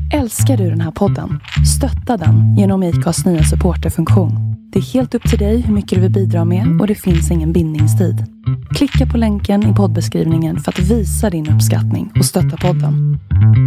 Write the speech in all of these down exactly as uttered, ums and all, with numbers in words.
Älskar du den här podden? Stötta den genom I C A:s nya supporterfunktion. Det är helt upp till dig hur mycket du vill bidra med och det finns ingen bindningstid. Klicka på länken i poddbeskrivningen för att visa din uppskattning och stötta podden.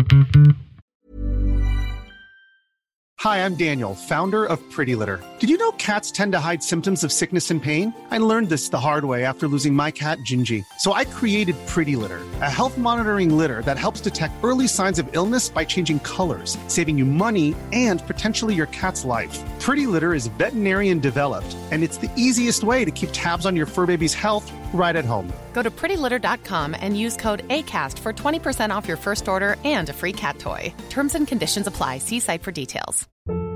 Hi, I'm Daniel, founder of Pretty Litter. Did you know cats tend to hide symptoms of sickness and pain? I learned this the hard way after losing my cat, Gingy. So I created Pretty Litter, a health monitoring litter that helps detect early signs of illness by changing colors, saving you money and potentially your cat's life. Pretty Litter is veterinarian developed, and it's the easiest way to keep tabs on your fur baby's health right at home. Go to pretty litter dot com and use code ACAST for twenty percent off your first order and a free cat toy. Terms and conditions apply. See site for details.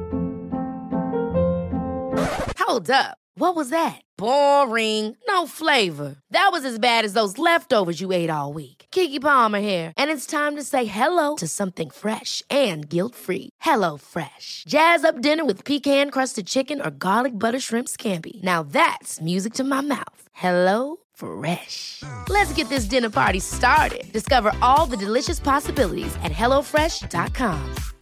Hold up. What was that? Boring. No flavor. That was as bad as those leftovers you ate all week. Keke Palmer here, and it's time to say hello to something fresh and guilt-free. Hello Fresh. Jazz up dinner with pecan-crusted chicken or garlic butter shrimp scampi. Now that's music to my mouth. Hello Fresh. Let's get this dinner party started. Discover all the delicious possibilities at hello fresh dot com.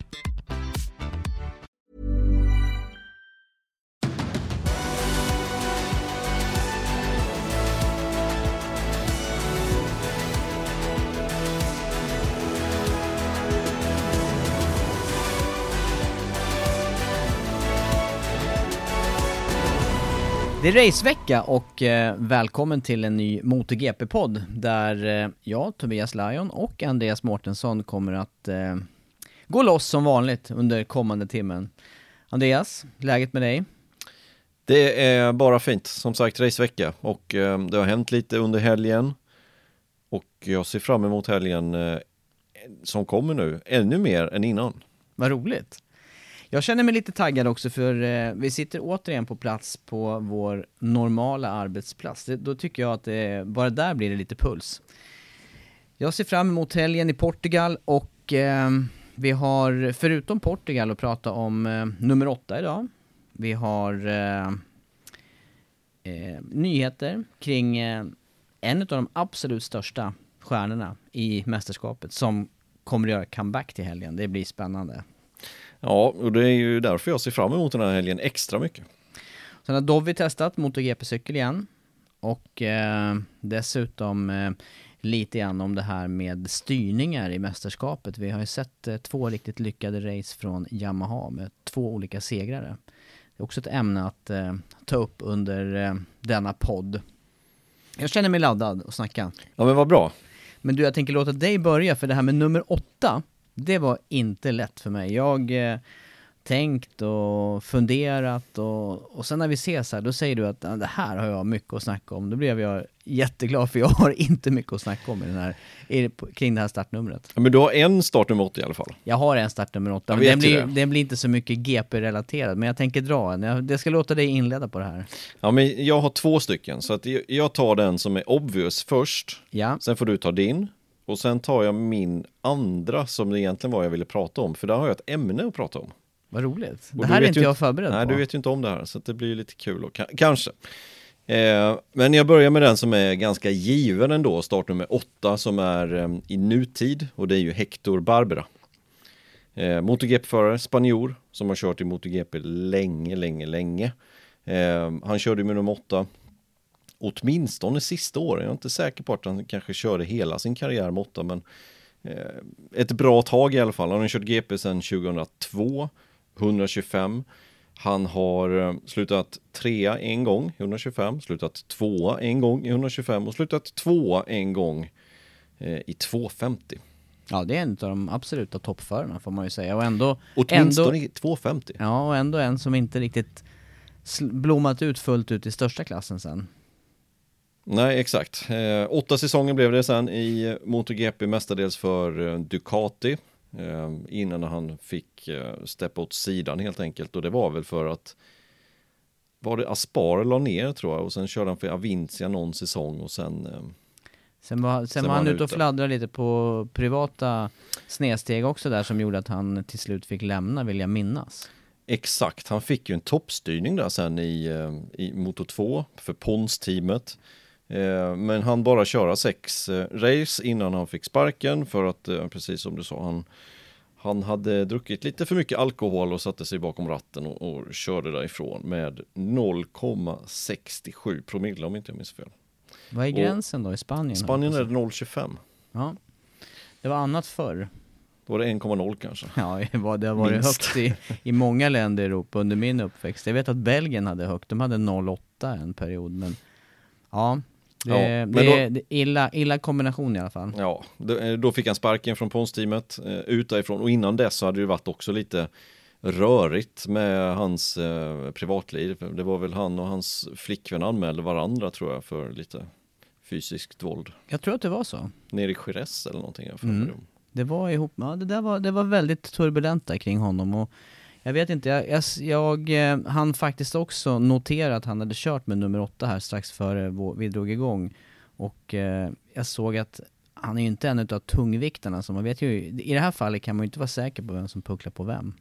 Det är racevecka och eh, välkommen till en ny MotoGP-podd där eh, jag, Tobias Lajon och Andreas Mårtensson kommer att eh, gå loss som vanligt under kommande timmen. Andreas, läget med dig? Det är bara fint, som sagt racevecka och eh, det har hänt lite under helgen och jag ser fram emot helgen eh, som kommer nu, ännu mer än innan. Vad roligt! Jag känner mig lite taggad också för eh, vi sitter återigen på plats på vår normala arbetsplats. Det, då tycker jag att det, bara där blir det lite puls. Jag ser fram emot helgen i Portugal och eh, vi har förutom Portugal att prata om eh, nummer åtta idag. Vi har eh, eh, nyheter kring eh, en av de absolut största stjärnorna i mästerskapet som kommer att göra comeback till helgen. Det blir spännande. Ja, och det är ju därför jag ser fram emot den här helgen extra mycket. Sen har Dovi testat MotoGP-cykel igen. Och eh, dessutom eh, lite grann om det här med styrningar i mästerskapet. Vi har ju sett eh, två riktigt lyckade race från Yamaha med två olika segrare. Det är också ett ämne att eh, ta upp under eh, denna podd. Jag känner mig laddad att snacka. Ja, men vad bra. Men du, jag tänker låta dig börja för det här med nummer åtta. Det var inte lätt för mig. Jag eh, tänkt och funderat och, och sen när vi ses här, då säger du att det här har jag mycket att snacka om. Då blev jag jätteglad för jag har inte mycket att snacka om i den här, i, kring det här startnumret. Ja, men du har en startnummer åtta i alla fall. Jag har en startnummer åtta, men den blir, den blir inte så mycket G P-relaterad. Men jag tänker dra en. Jag, det ska låta dig inleda på det här. Ja, men jag har två stycken. Så att jag tar den som är obvious först. Ja. Sen får du ta din. Och sen tar jag min andra som det egentligen var jag ville prata om. För där har jag ett ämne att prata om. Vad roligt. Och det här är inte jag inte, förberedd nej, på. Nej, du vet ju inte om det här. Så det blir lite kul. Och, kanske. Eh, men jag börjar med den som är ganska given ändå. Startnummer åtta som är eh, i nutid. Och det är ju Hector Barbera. Eh, MotoGP-förare, spanjor. Som har kört i MotoGP länge, länge, länge. Eh, han körde med nummer åtta. Åtminstone sista åren. Jag är inte säker på att han kanske körde hela sin karriär med åtta, men eh, ett bra tag i alla fall. Han har kört G P sedan tjugohundratvå, etthundratjugofem. Han har eh, slutat trea en gång, etthundratjugofem. Slutat tvåa en gång, etthundratjugofem. Och slutat tvåa en gång eh, i tvåhundrafemtio. Ja, det är en av de absoluta toppförarna får man ju säga. Och ändå, åtminstone ändå, tvåhundrafemtio. Ja, och ändå en som inte riktigt blommat ut fullt ut i största klassen sen. Nej, exakt. Eh, åtta säsonger blev det sen i MotoGP, mestadels för eh, Ducati. Eh, innan han fick eh, steppa åt sidan helt enkelt. Och det var väl för att var det Aspar la ner tror jag. Och sen körde han för Avincia någon säsong och sen... Eh, sen var, sen sen var han, han ute och fladdrade lite på privata snedsteg också där som gjorde att han till slut fick lämna, vill jag minnas. Exakt, han fick ju en toppstyrning där sen i, eh, i Moto två för Pons-teamet. Men han bara köra sex race innan han fick sparken för att, precis som du sa, han, Han hade druckit lite för mycket alkohol och satte sig bakom ratten och, och körde därifrån med noll komma sextiosju promille om inte jag minns fel. Vad är gränsen då i Spanien? Spanien är det noll komma tjugofem. Ja, det var annat förr. Då var det en komma noll kanske. Ja, det har varit Minst. högt i, i många länder i Europa under min uppväxt. Jag vet att Belgien hade högt, de hade noll komma åtta en period, men ja... Det, ja, det då, är illa, illa kombination i alla fall. Ja, då, då fick han sparken från Ponsteamet eh, ut därifrån. Och innan dess så hade det varit också lite rörigt med hans eh, privatliv. Det var väl han och hans flickvän anmälde varandra tror jag för lite fysiskt våld. Jag tror att det var så. Nere i Jerez eller någonting. Jag mm. Det var ihop, ja, det där var, det var väldigt turbulent där kring honom och jag vet inte, jag, jag, jag han faktiskt också notera att han hade kört med nummer åtta här strax före vår, vi drog igång. Och eh, jag såg att han är ju inte en av tungviktarna, så man vet ju, i det här fallet kan man ju inte vara säker på vem som pucklar på vem.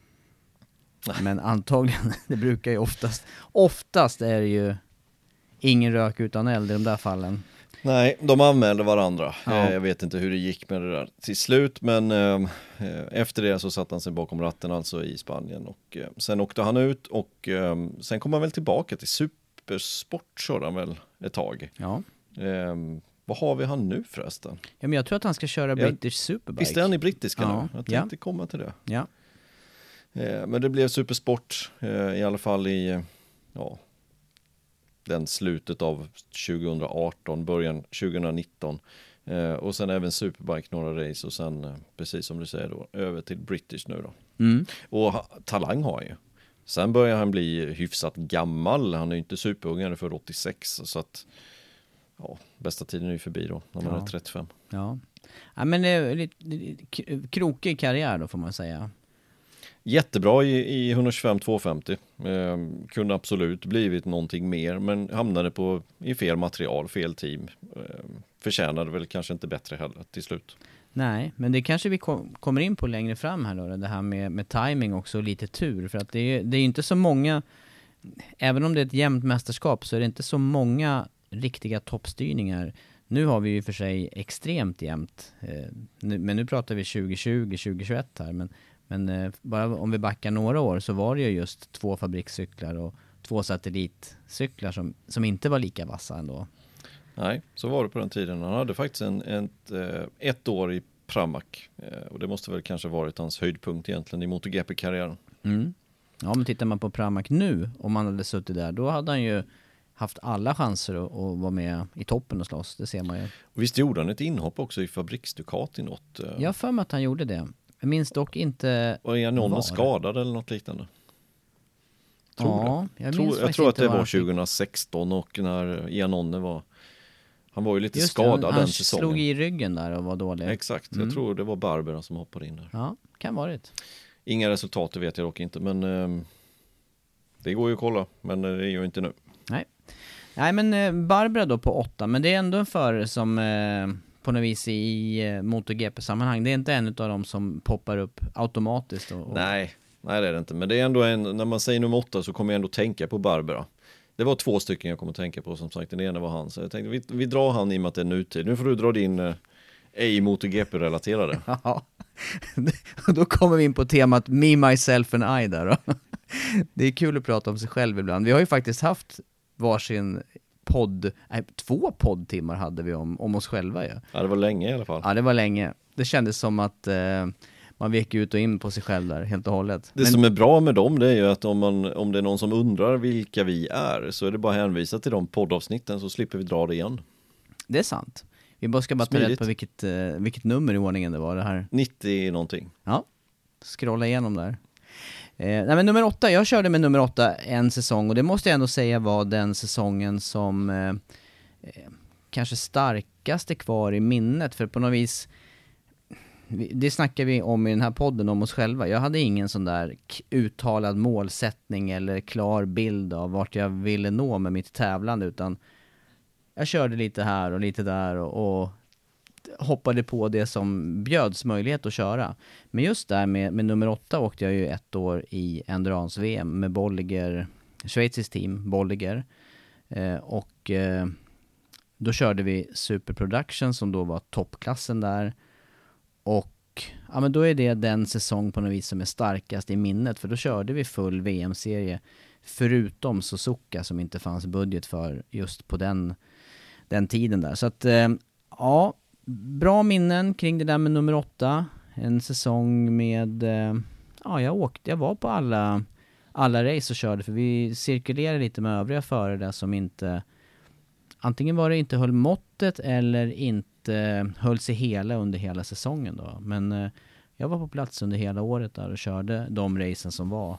Nej. Men antagligen, det brukar ju oftast, oftast är det ju ingen rök utan eld i de där fallen. Nej, de anmälde varandra. Ja. Jag vet inte hur det gick med det där till slut, men eh, efter det så satt han sig bakom ratten alltså i Spanien och eh, sen åkte han ut och eh, sen kom han väl tillbaka till Supersport, körde han väl ett tag. Ja. Eh, vad har vi han nu förresten? Ja, men jag tror att han ska köra British jag, Superbike. Visst är han i brittiska ja. nu? Jag tänkte ja. komma till det. Ja. Eh, men det blev Supersport eh, i alla fall i ja, den slutet av tjugo arton, början tjugo nitton. Eh, och sen även Superbike några race och sen, eh, precis som du säger då, över till British nu då. Mm. Och ha, talang har han ju. Sen börjar han bli hyfsat gammal. Han är ju inte superung, han är för åttiosex. Så att, ja, bästa tiden är ju förbi då, när man ja. är trettiofem. Ja. Ja, men det är lite krokig karriär då får man säga. Jättebra i, i etthundratjugofem tvåhundrafemtio. Eh, kunde absolut blivit någonting mer, men hamnade på i fel material, fel team. Eh, förtjänade väl kanske inte bättre heller till slut. Nej, men det kanske vi kom, kommer in på längre fram här då, det här med, med timing också och lite tur. För att det är, det är inte så många, även om det är ett jämnt mästerskap så är det inte så många riktiga toppstyrningar. Nu har vi ju för sig extremt jämnt, eh, nu, men nu pratar vi tjugo tjugo tjugo tjugoett här, men Men eh, bara om vi backar några år så var det ju just två fabrikscyklar och två satellitcyklar som, som inte var lika vassa ändå. Nej, så var det på den tiden. Han hade faktiskt en, ett, ett år i Pramac. Och det måste väl kanske varit hans höjdpunkt egentligen i MotoGP-karriären. Mm. Ja, men tittar man på Pramac nu, om man hade suttit där, då hade han ju haft alla chanser att, att vara med i toppen och slåss. Det ser man ju. Och visst gjorde han ett inhopp också i fabriksdukat i något? Jag har för mig att han gjorde det. Jag minns dock inte. Och är någon skadad eller något liknande? Tror ja, det. Jag, tror, jag tror att det var tjugo sexton och när Iannone var, han var ju lite just skadad det, den han säsongen. Han slog i ryggen där och var dålig. Exakt, mm. Jag tror det var Barbera som hoppade in där. Ja, kan vara det. Inga resultat, det vet jag dock inte, men eh, det går ju att kolla, men det är ju inte nu. Nej, Nej men eh, Barbera då på åtta, men det är ändå en förare som eh, på något vis i eh, MotoGP-sammanhang, det är inte en av dem som poppar upp automatiskt. Och, och... Nej, nej det är det inte, men det är ändå en, när man säger nummer åtta så kommer jag ändå tänka på Barbera. Det var två stycken jag kommer att tänka på, som sagt, den ena var han, så jag tänkte vi, vi drar han i och med att det är nutid. Nu får du dra din eh, ej MotoGP-relaterade. Ja, och då kommer vi in på temat Me, Myself and I där då. Det är kul att prata om sig själv ibland. Vi har ju faktiskt haft varsin podd, nej, två poddtimmar hade vi om, om oss själva. Ja. ja, det var länge i alla fall. Ja, det var länge. Det kändes som att eh, man vek ut och in på sig själv där, helt och hållet. Det Men... som är bra med dem, det är ju att om, man, om det är någon som undrar vilka vi är, så är det bara att hänvisa till de poddavsnitten så slipper vi dra det igen. Det är sant. Vi bara ska bara ta rätt på vilket, eh, vilket nummer i ordningen det var det här. nittio någonting. Ja, scrolla igenom där. Eh, nej men nummer åtta, jag körde med nummer åtta en säsong och det måste jag ändå säga var den säsongen som eh, eh, kanske starkast är kvar i minnet, för på något vis, det snackar vi om i den här podden om oss själva. Jag hade ingen sån där uttalad målsättning eller klar bild av vart jag ville nå med mitt tävlande, utan jag körde lite här och lite där och, och hoppade på det som bjöds möjlighet att köra. Men just där med, med nummer åtta åkte jag ju ett år i Endurance-V M med Bolliger, schweiziskt team, Bolliger. Eh, och eh, då körde vi Super Production som då var toppklassen där. Och och ja, men då är det den säsong på något vis som är starkast i minnet. För då körde vi full V M-serie förutom Suzuka som inte fanns budget för just på den, den tiden där. Så att eh, ja, bra minnen kring det där med nummer åtta. En säsong med, eh, ja jag åkte, jag var på alla, alla race och körde för vi cirkulerade lite med övriga förare där som inte, antingen var det inte höll måttet eller inte höll sig hela under hela säsongen då. Men eh, jag var på plats under hela året där och körde de racen som var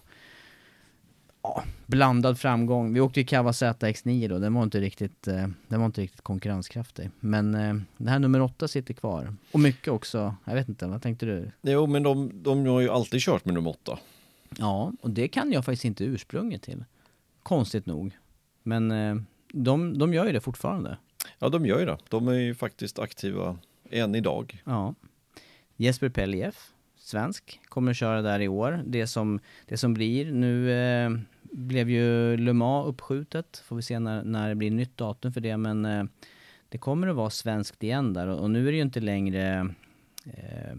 ja, blandad framgång. Vi åkte ju Kawasaki X nio då, den var inte riktigt, eh, den var inte riktigt konkurrenskraftig. Men eh, det här nummer åtta sitter kvar. Och mycket också, jag vet inte, vad tänkte du? Jo, men de, de har ju alltid kört med nummer åtta. Ja, och det kan jag faktiskt inte ursprunget till. Konstigt nog. Men eh, de, de gör ju det fortfarande. Ja, de gör ju det. De är ju faktiskt aktiva än idag. Ja. Jesper Pellief, svensk, kommer att köra där i år. Det som, det som blir, nu eh, blev ju Le Mans uppskjutet. Får vi se när, när det blir nytt datum för det. Men eh, det kommer att vara svenskt igen där. Och, och nu är det ju inte längre eh,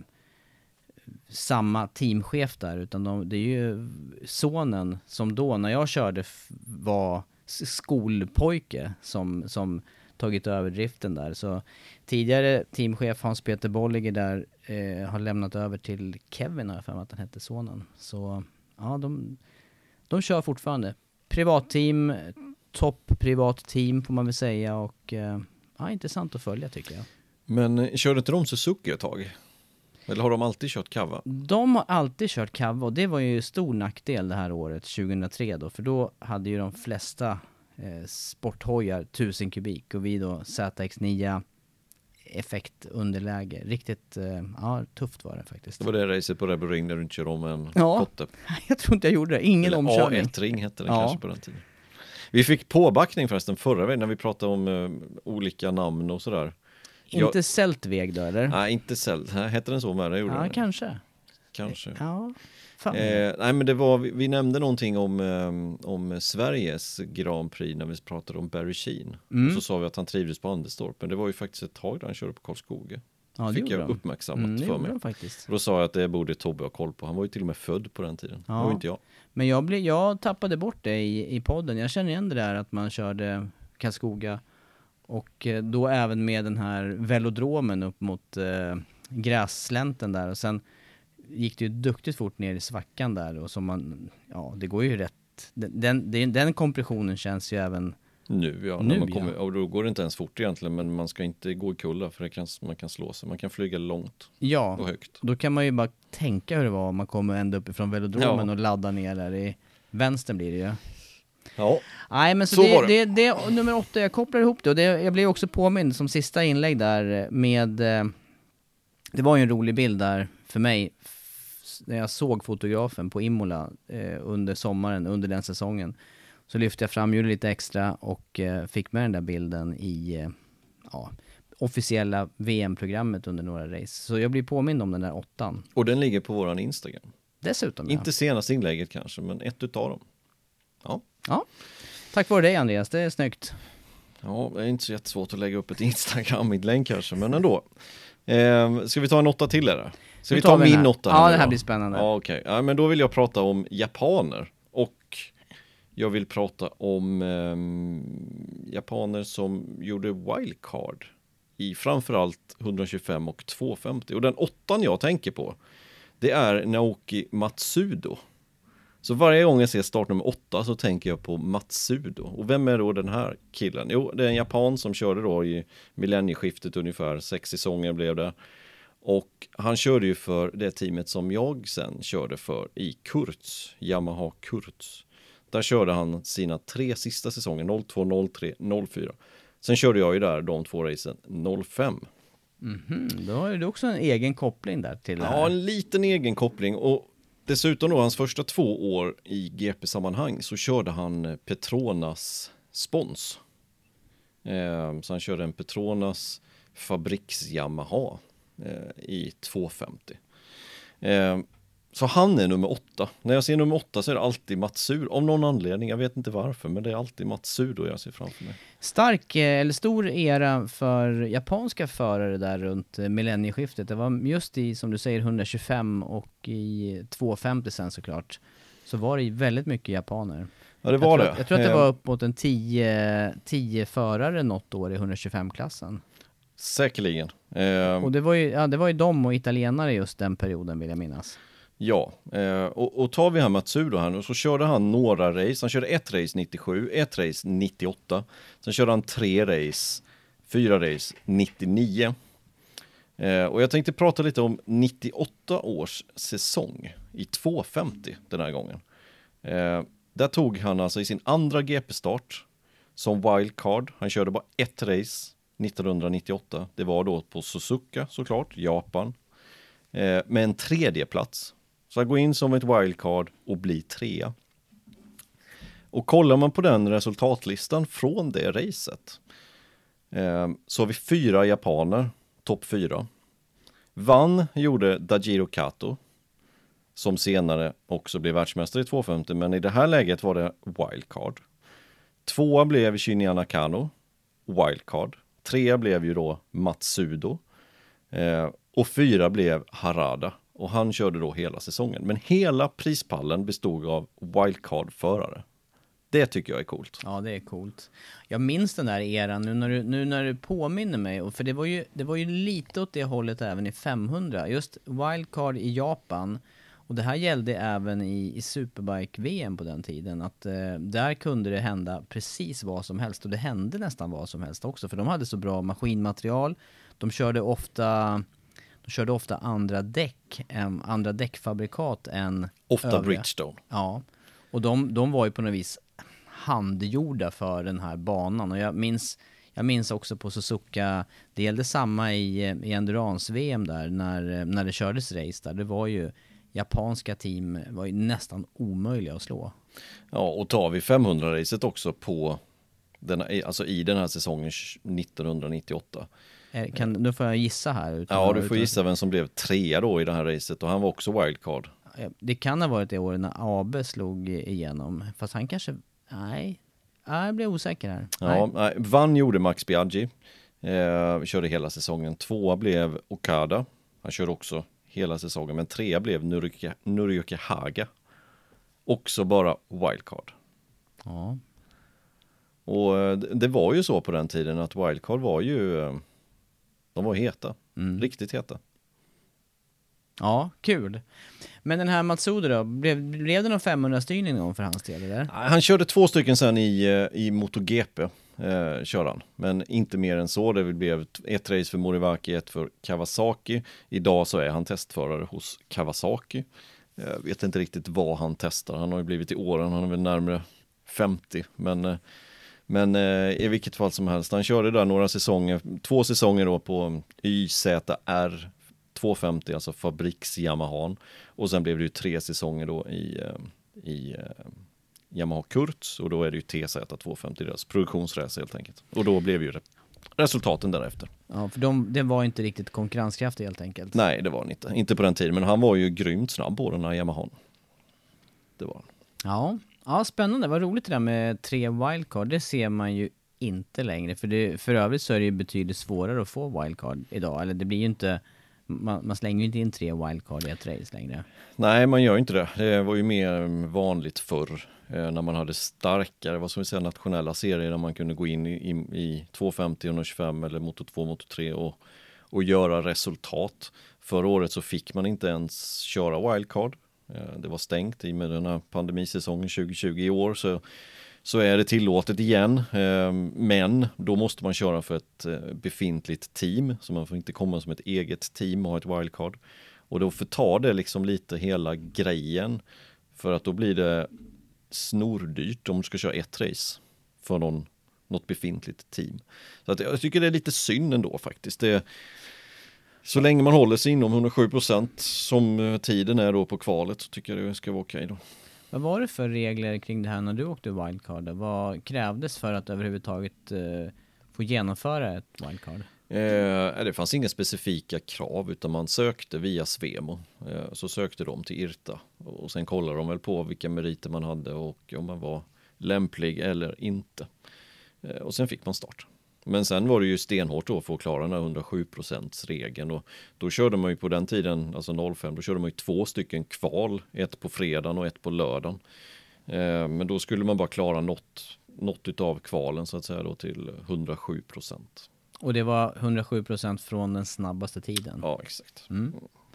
samma teamchef där. Utan de, det är ju sonen som då, när jag körde, f- var skolpojke som... som tagit över driften där. Så tidigare teamchef Hans-Peter Bolliger där eh, har lämnat över till Kevin, har jag för mig att han hette, sonen. Så ja, de, de kör fortfarande. Privatteam, topp privatteam får man väl säga och eh, ja, intressant att följa tycker jag. Men körde inte de Suzuki ett tag? Eller har de alltid kört Kawa? De har alltid kört Kawa och det var ju stor nackdel det här året, tjugohundratre då, för då hade ju de flesta Eh, sporthojar tusen kubik och vi då Z X nio effektunderläge. Riktigt eh, ja, tufft var det faktiskt. Det var det racet på Red Bull Ring där du inte kör om en ja. kotte. Jag tror inte jag gjorde det. Ingen Eller omkörning. A ett-ring hette den ja. kanske på den tiden. Vi fick påbackning förresten förra veckan när vi pratade om uh, olika namn och sådär. Inte jag... Seltweg då eller? Nej, inte Selt. Hette den så med det? Gjorde Ja, den. kanske. Kanske. Ja. Fan. Eh, nej men det var, vi, vi nämnde någonting om, eh, om Sveriges Grand Prix när vi pratade om Barry Sheen. Mm. Och så sa vi att han trivdes på Anderstorp. Men det var ju faktiskt ett tag där han körde på Karlskoga. Ja, det fick gjorde jag de. uppmärksammat Mm, det för gjorde mig. de faktiskt. Och då sa jag att det borde Tobbe ha koll på. Han var ju till och med född på den tiden. Ja. Det var ju inte jag. Men jag, blev, jag tappade bort det i, i podden. Jag känner igen det där att man körde Karlskoga och eh, då även med den här velodromen upp mot eh, grässlänten där och sen gick det ju duktigt fort ner i svackan där och som man, ja det går ju rätt, den, den, den kompressionen känns ju även nu ja, nu, när man kommer, ja. och då går det inte ens fort egentligen men man ska inte gå i kulla för det kan, man kan slå sig, man kan flyga långt ja, och högt. Då kan man ju bara tänka hur det var om man kommer ända uppifrån velodromen Ja. och ladda ner där i vänstern blir det ju. Ja. Nej men så, Så det, var det. det, det, det nummer åtta, jag kopplar ihop det och det, jag blev också påmind som sista inlägg där med, eh, det var ju en rolig bild där för mig när jag såg fotografen på Imola eh, under sommaren, under den säsongen. Så lyfte jag fram, gjorde lite extra och eh, fick med den där bilden i eh, ja, officiella V M-programmet under några race. Så jag blir påmind om den där åttan. Och den ligger på våran Instagram. Dessutom, ja. Inte senaste inlägget kanske, men ett utav dem. Ja. Ja. Tack vare dig Andreas, det är snyggt. Ja, det är inte så jättesvårt att lägga upp ett Instagram-inlägg kanske, men ändå. Eh, ska vi ta en åtta till eller? Ska Nu vi tar ta vi den min här. åtta? Ja, nu det här då? blir spännande. Ja, okej. Ja, men då vill jag prata om japaner. Och jag vill prata om eh, japaner som gjorde wildcard i framförallt etthundratjugofem och tvåhundrafemtio. Och den åttan jag tänker på, det är Naoki Matsudo. Så varje gång jag ser startnummer åtta så tänker jag på Matsudo. Och vem är då den här killen? Jo, det är en japan som körde då i millennieskiftet ungefär. Sex säsonger blev det. Och han körde ju för det teamet som jag sen körde för i Kurz, Yamaha Kurz. Där körde han sina tre sista säsonger, noll två, noll tre, noll fyra. Sen körde jag ju där de två racen noll fem. Mm-hmm. Då har du också en egen koppling där till det här. Ja, en liten egen koppling. Och dessutom då hans första två år i G P-sammanhang så körde han Petronas spons. Eh, så han körde en Petronas fabriks Yamaha eh, i tvåhundrafemtio. Eh, så han är nummer åtta. När jag ser nummer åtta så är det alltid Matsudo. Av någon anledning, jag vet inte varför, men det är alltid Matsudo jag ser framför mig. Stark eller stor era för japanska förare där runt millennieskiftet. Det var just i, som du säger, etthundratjugofem och i tvåhundrafemtio sen såklart. Så var det väldigt mycket japaner. Ja, det var jag det. Tror, jag tror att det var upp mot en tio förare något år i etthundratjugofem-klassen. Säkerligen. Eh, och det var ju, ja, det var ju de och italienare just den perioden vill jag minnas. Ja, eh, och, och tar vi här Matsudo här nu så körde han några race. Han körde ett race nittiosju, ett race nittioåtta. Sen körde han tre race, fyra race nittionio. Eh, och jag tänkte prata lite om nittioåtta års säsong i tvåhundrafemtio den här gången. Eh, där tog han alltså i sin andra G P-start som wildcard. Han körde bara ett race nittonhundranittioåtta. Det var då på Suzuka såklart, Japan. Eh, med en tredje plats. Så han går in som ett wildcard och blir trea. Och kollar man på den resultatlistan från det racet eh, så har vi fyra japaner, topp fyra. Vann gjorde Dajiro Kato som senare också blev världsmästare i tvåhundrafemtio, men i det här läget var det wildcard. Tvåa blev Shinya Nakano, wildcard. Trea blev ju då Matsudo eh, och fyra blev Harada. Och han körde då hela säsongen. Men hela prispallen bestod av wildcard-förare. Det tycker jag är coolt. Ja, det är coolt. Jag minns den där eran nu när du, nu när du påminner mig. Och för det var, ju, det var ju lite åt det hållet även i femhundra. Just wildcard i Japan. Och det här gällde även i, i Superbike-V M på den tiden. Att eh, där kunde det hända precis vad som helst. Och det hände nästan vad som helst också. För de hade så bra maskinmaterial. De körde ofta... De körde ofta andra däck, än, andra däckfabrikat än ofta övriga. Bridgestone. Ja, och de, de var ju på något vis handgjorda för den här banan. Och jag minns, jag minns också på Suzuka, det gällde samma i, i Endurance-V M där, när, när det kördes race där. Det var ju, japanska team var ju nästan omöjliga att slå. Ja, och tar vi femhundra-racet också på den, alltså i den här säsongen nittonhundranittioåtta. Kan, nu får jag gissa här. Utan ja, du får gissa vem som blev trea då i det här racet. Och han var också wildcard. Det kan ha varit det året när Abe slog igenom. Fast han kanske... Nej, jag blir osäker här. Ja, nej. Vann gjorde Max Biaggi. Eh, körde hela säsongen. Tvåa blev Okada. Han körde också hela säsongen. Men trea blev Nurioki, Nurioki Haga. Också bara wildcard. Ja. Och det var ju så på den tiden att wildcard var ju... De var heta. Mm. Riktigt heta. Ja, kul. Men den här Matsudo då, blev, blev det någon femhundra-styrning någon för hans del? Eller? Han körde två stycken sen i, i MotoGP, eh, körde han. Men inte mer än så. Det blev ett race för Moriwaki, ett för Kawasaki. Idag så är han testförare hos Kawasaki. Jag vet inte riktigt vad han testar. Han har ju blivit i åren, han är väl närmare femtio. Men... Eh, Men eh, i vilket fall som helst, han körde där några säsonger, två säsonger då på Y Z R tvåhundrafemtio, alltså fabriks Yamaha. Och sen blev det ju tre säsonger då i, eh, i eh, Yamaha Kurz, och då är det ju T Z tvåhundrafemtio, deras produktionsrace helt enkelt. Och då blev ju resultaten därefter. Ja, för de, det var inte riktigt konkurrenskraftig helt enkelt. Nej, det var han inte. Inte på den tiden, men han var ju grymt snabb på den här Yamaha. Det var han. Ja. Ja, spännande. Vad roligt det där med tre wildcard. Det ser man ju inte längre. För, det, för övrigt så är det ju betydligt svårare att få wildcard idag. Eller det blir ju inte... Man, man slänger ju inte in tre wildcard i ett race längre. Nej, man gör inte det. Det var ju mer vanligt förr. Eh, när man hade starkare, vad som vi säger, nationella serier. Där man kunde gå in i, i, i tvåhundrafemtio, etthundratjugofem eller Moto två, Moto tre och, och göra resultat. Förra året så fick man inte ens köra wildcard. Det var stängt i med den här pandemisäsongen tjugo tjugo. I år så, så är det tillåtet igen, men då måste man köra för ett befintligt team, så man får inte komma som ett eget team och ha ett wildcard. Och då förtar det liksom lite hela grejen, för att då blir det snordyrt om du ska köra ett race för någon, något befintligt team. Så att jag tycker det är lite synd ändå faktiskt. Det Så länge man håller sig inom hundrasju procent som tiden är då på kvalet, så tycker jag det ska vara okej då. Vad var det för regler kring det här när du åkte wildcard? Vad krävdes för att överhuvudtaget eh, få genomföra ett wildcard? Eh, det fanns inga specifika krav utan man sökte via Svemo. Eh, så sökte de till IRTA och sen kollade de väl på vilka meriter man hade och om man var lämplig eller inte. Eh, och sen fick man start. Men sen var det ju stenhårt då för att klara den här hundrasju procents regeln och då körde man ju på den tiden, alltså noll fem, då körde man ju två stycken kval, ett på fredagen och ett på lördagen. Eh, men då skulle man bara klara något, något utav kvalen så att säga då till hundrasju procent. Och det var hundrasju procent från den snabbaste tiden. Ja, exakt. Mm.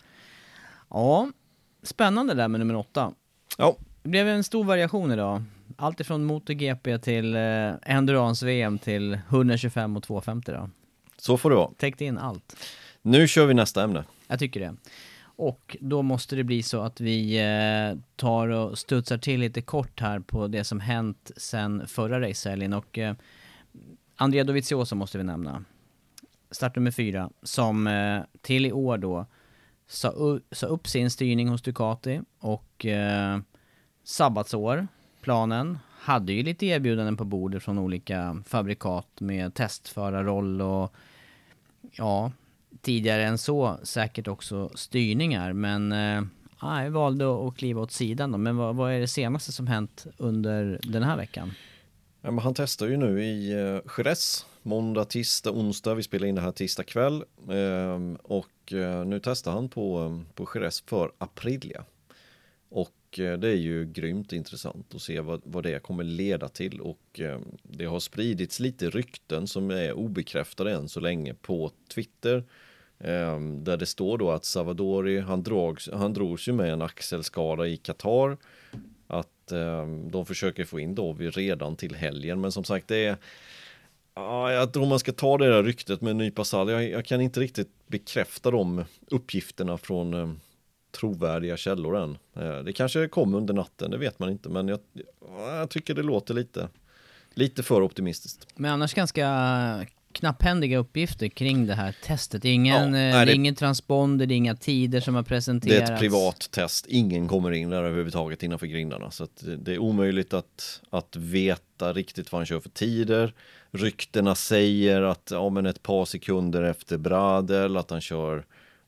Ja, spännande där med nummer åtta. Ja. Det blev en stor variation idag. Allt ifrån MotoGP till eh, Endurance-V M till etthundratjugofem och tvåhundrafemtio då. Så får det vara. Täckte in allt. Nu kör vi nästa ämne. Jag tycker det. Och då måste det bli så att vi eh, tar och studsar till lite kort här på det som hänt sen förra racehelgen. Och eh, Andrea Dovizioso måste vi nämna. Start nummer fyra. Som eh, till i år då sa, u- sa upp sin styrning hos Ducati. Och eh, sabbatsår, planen. Hade ju lite erbjudanden på bordet från olika fabrikat med testförarroll och ja, tidigare än så säkert också styrningar. Men eh, jag valde att kliva åt sidan då. Men vad, vad är det senaste som hänt under den här veckan? Ja, men han testar ju nu i uh, Jerez, måndag, tisdag, onsdag. Vi spelar in det här tisdag kväll. Uh, och uh, nu testar han på, um, på Jerez för Aprilia. Och uh, det är ju grymt intressant att se vad, vad det kommer leda till. Och uh, det har spridits lite rykten som är obekräftade än så länge på Twitter. Uh, där det står då att Savadori, han, drogs, han drogs ju med en axelskada i Qatar. Att eh, de försöker få in Dovi redan till helgen. Men som sagt, det är... Ja, jag tror man ska ta det där ryktet med en nypa salt. Jag, jag kan inte riktigt bekräfta de uppgifterna från eh, trovärdiga källor än. Eh, det kanske kommer under natten, det vet man inte. Men jag, jag tycker det låter lite, lite för optimistiskt. Men annars ganska knapphändiga uppgifter kring det här testet. Ingen, Ja, eh, nej, det är det- ingen transponder, det är inga tider som har Det presenterats. är ett privat test. Ingen kommer in där överhuvudtaget innanför grindarna. Så att det är omöjligt att, att veta riktigt vad han kör för tider. Ryktena säger att ja, men ett par sekunder efter Bradel, att han kör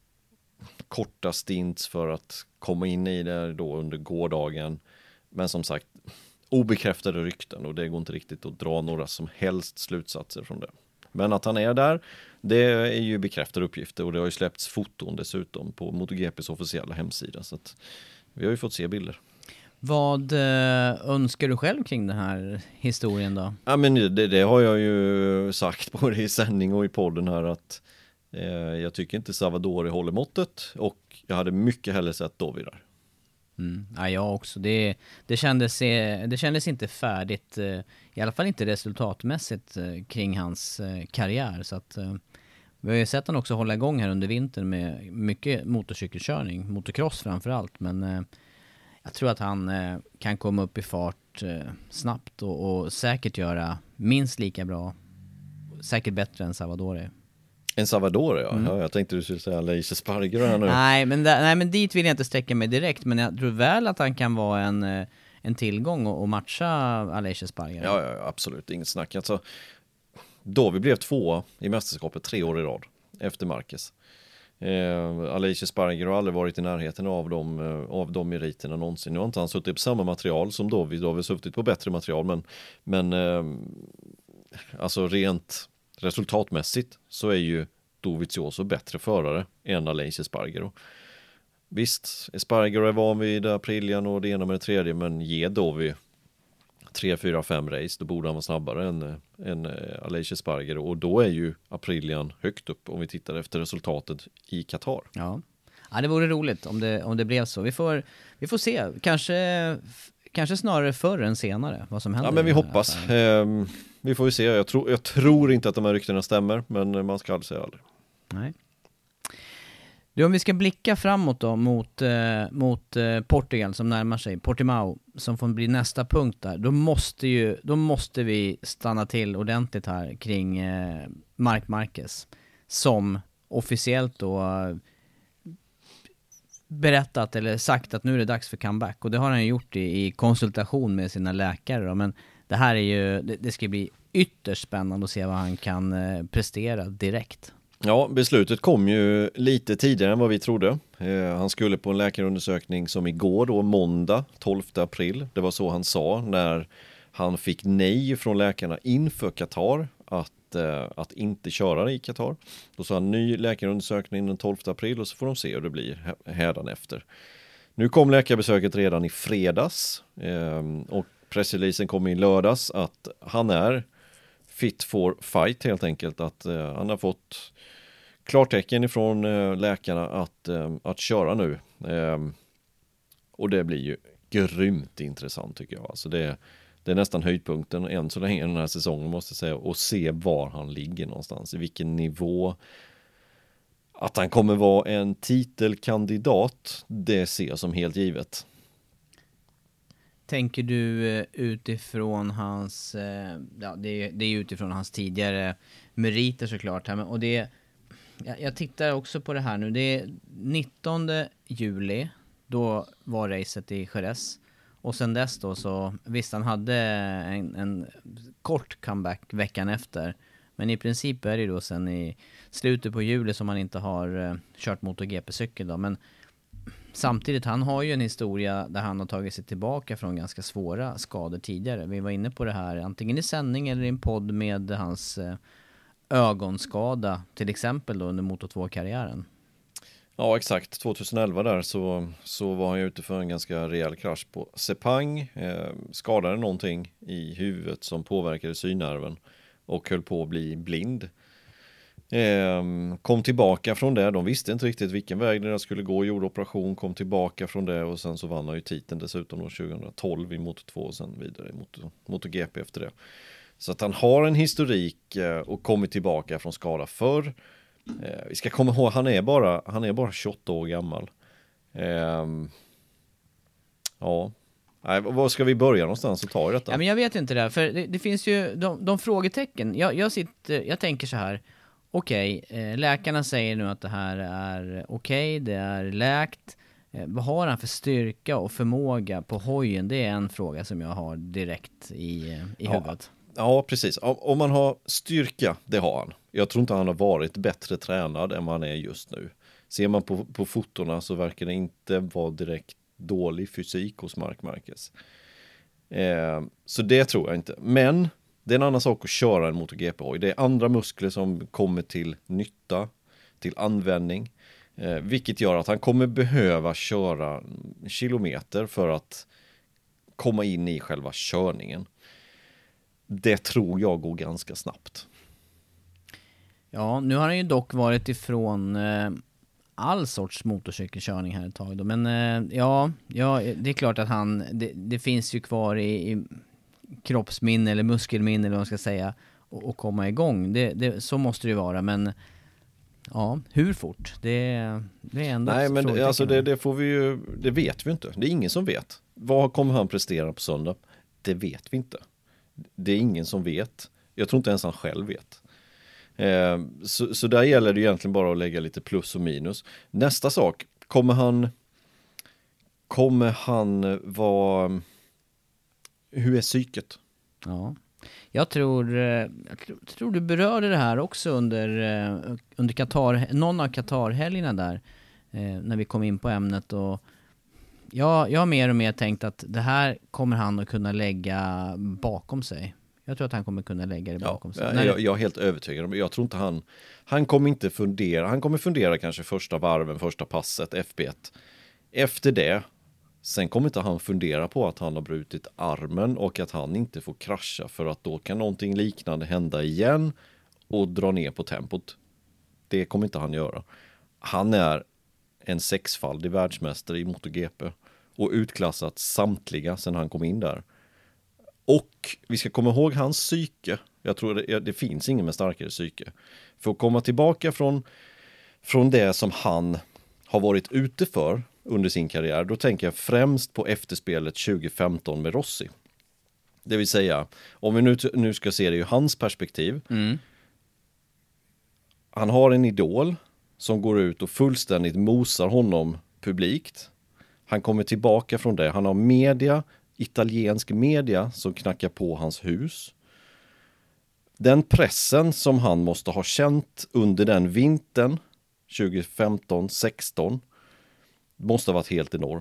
korta stints för att komma in i det då under gårdagen. Men som sagt, obekräftade rykten och det går inte riktigt att dra några som helst slutsatser från det. Men att han är där, det är ju bekräftade uppgifter och det har ju släppts foton dessutom på MotoGPs officiella hemsida. Så att vi har ju fått se bilder. Vad eh, önskar du själv kring den här historien då? Ja, men det, det har jag ju sagt både i sändning och i podden här att eh, jag tycker inte Savadori håller måttet och jag hade mycket hellre sett Dovi där. Mm. Ja, jag också. Det, det, kändes, eh, det kändes inte färdigt, eh, i alla fall inte resultatmässigt eh, kring hans eh, karriär. Så att, eh, vi har ju sett han också hålla igång här under vintern med mycket motorcykelkörning, motocross framförallt. Men eh, jag tror att han eh, kan komma upp i fart eh, snabbt och, och säkert göra minst lika bra, säkert bättre än Savadori. En Savadori, ja. Mm. ja. Jag tänkte du skulle säga Leice Sparger här nu. Nej men, där, nej, men dit vill jag inte sträcka mig direkt. Men jag tror väl att han kan vara en, eh, en tillgång och, och matcha Aleix Espargaro. Ja, ja, absolut. Inget snack. Alltså, Dovi blev tvåa i mästerskapet tre år i rad efter Marquez. Eh, Aleix Espargaro har aldrig varit i närheten av de, eh, av de meriterna någonsin. Nu har inte han suttit på samma material som Dovi. Dovi har suttit på bättre material. Men, men eh, alltså rent resultatmässigt så är ju Dovizioso bättre förare än Aleix Espargaro. Visst, Espargaro är van vid Aprilian och det ena med det tredje, men ge Dovi tre, fyra, fem race, då borde han vara snabbare än, än Aleix Espargaro. Och då är ju Aprilian högt upp om vi tittar efter resultatet i Qatar. Ja. Ja, det vore roligt om det, om det blev så. Vi får, vi får se. Kanske, kanske snarare förr än senare vad som händer. Ja, men vi i den här hoppas. affären. Eh, vi får ju se. Jag, tro, jag tror inte att de här ryktena stämmer, men man ska aldrig säga aldrig. Nej. Du, om vi ska blicka framåt då mot, eh, mot eh, Portugal som närmar sig, Portimao som får bli nästa punkt där, då måste, ju, då måste vi stanna till ordentligt här kring eh, Marc Marquez som officiellt då eh, berättat eller sagt att nu är det dags för comeback, och det har han ju gjort i, i konsultation med sina läkare då. Men det här är ju, det, det ska bli ytterst spännande att se vad han kan eh, prestera direkt. Ja, beslutet kom ju lite tidigare än vad vi trodde. Eh, han skulle på en läkarundersökning som igår då, måndag tolfte april. Det var så han sa när han fick nej från läkarna inför Qatar att, eh, att inte köra i Qatar. Då sa han ny läkarundersökning den tolfte april och så får de se hur det blir hädan efter. Nu kom läkarbesöket redan i fredags eh, och pressreleasen kom i lördags att han är fit for fight helt enkelt. Att eh, han har fått klartecken ifrån eh, läkarna att, eh, att köra nu. Eh, och det blir ju grymt intressant tycker jag. Alltså det, det är nästan höjdpunkten än så länge den här säsongen måste jag säga. Och se var han ligger någonstans. I vilken nivå. Att han kommer vara en titelkandidat, det ser jag som helt givet. Tänker du utifrån hans, ja det är, det är utifrån hans tidigare meriter såklart här, och det, jag, jag tittar också på det här nu, det är nittonde juli, då var racet i Jerez, och sen dess då så, visst han hade en, en kort comeback veckan efter, men i princip är det då sen i slutet på juli som han inte har uh, kört MotoGP-cykel då, men samtidigt, han har ju en historia där han har tagit sig tillbaka från ganska svåra skador tidigare. Vi var inne på det här antingen i sändning eller i en podd med hans eh, ögonskada till exempel då under Moto två-karriären. Ja, exakt. tjugoelva där så, så var han ute för en ganska rejäl krasch på Sepang. Eh, skadade någonting i huvudet som påverkade synnerven och höll på att bli blind. Eh, kom tillbaka från det, de visste inte riktigt vilken väg det skulle gå, gjorde operation, kom tillbaka från det och sen så vann han ju titeln dessutom då tjugohundratolv i Moto två och sen vidare i Moto, MotoGP efter det. Så att han har en historik eh, och kommit tillbaka från skada förr. Eh, vi ska komma ihåg, han är bara, han är bara tjugoåtta år gammal. Eh, ja, nej, var ska vi börja någonstans och ta i detta? Ja, men jag vet inte det, för det, det finns ju de, de frågetecken. Jag, jag, sitter, jag tänker så här. Okej, okay, läkarna säger nu att det här är okej, okay, det är läkt. Eh, vad har han för styrka och förmåga på hojen? Det är en fråga som jag har direkt i, i ja, huvudet. Ja, precis. Om man har styrka, det har han. Jag tror inte han har varit bättre tränad än vad han är just nu. Ser man på, på fotorna så verkar det inte vara direkt dålig fysik hos Marc Marquez. Eh, så det tror jag inte. Men det är en annan sak att köra en MotoGP-hoj. Det är andra muskler som kommer till nytta, till användning. Eh, vilket gör att han kommer behöva köra kilometer för att komma in i själva körningen. Det tror jag går ganska snabbt. Ja, nu har han ju dock varit ifrån eh, all sorts motorcykelkörning här ett tag då. Men eh, ja, ja, det är klart att han, det, det finns ju kvar i... i kroppsminne eller muskelminne eller vad man ska säga och, och komma igång. Det, det, så måste det ju vara, men ja, hur fort? Det, det är ändå... Nej, men det, alltså det, det får vi ju, det vet vi inte. Det är ingen som vet. Vad kommer han prestera på söndag? Det vet vi inte. Det är ingen som vet. Jag tror inte ens han själv vet. Eh, så, så där gäller det egentligen bara att lägga lite plus och minus. Nästa sak, kommer han kommer han vara... Hur är psyket? Ja, jag tror, jag tror du berörde det här också under, under Qatar, någon av Qatar-helgerna där, när vi kom in på ämnet. Och jag, jag har mer och mer tänkt att det här kommer han att kunna lägga bakom sig. Jag tror att han kommer kunna lägga det bakom ja, sig. Jag, jag är helt övertygad om det. Jag tror inte han, han kommer inte fundera. Han kommer fundera kanske första varven, första passet, F P ett. Efter det, sen kommer inte han fundera på att han har brutit armen och att han inte får krascha för att då kan någonting liknande hända igen och dra ner på tempot. Det kommer inte han göra. Han är en sexfaldig världsmästare i MotoGP och utklassat samtliga sedan han kom in där. Och vi ska komma ihåg hans psyke. Jag tror det, det finns ingen med starkare psyke. För att komma tillbaka från, från det som han har varit ute för under sin karriär, då tänker jag främst på efterspelet tjugo femton med Rossi. Det vill säga, om vi nu, nu ska se det ur hans perspektiv. Mm. Han har en idol som går ut och fullständigt mosar honom publikt. Han kommer tillbaka från det. Han har media, italiensk media som knackar på hans hus. den pressen som han måste ha känt under den vintern tjugo femton sexton måste ha varit helt enorm.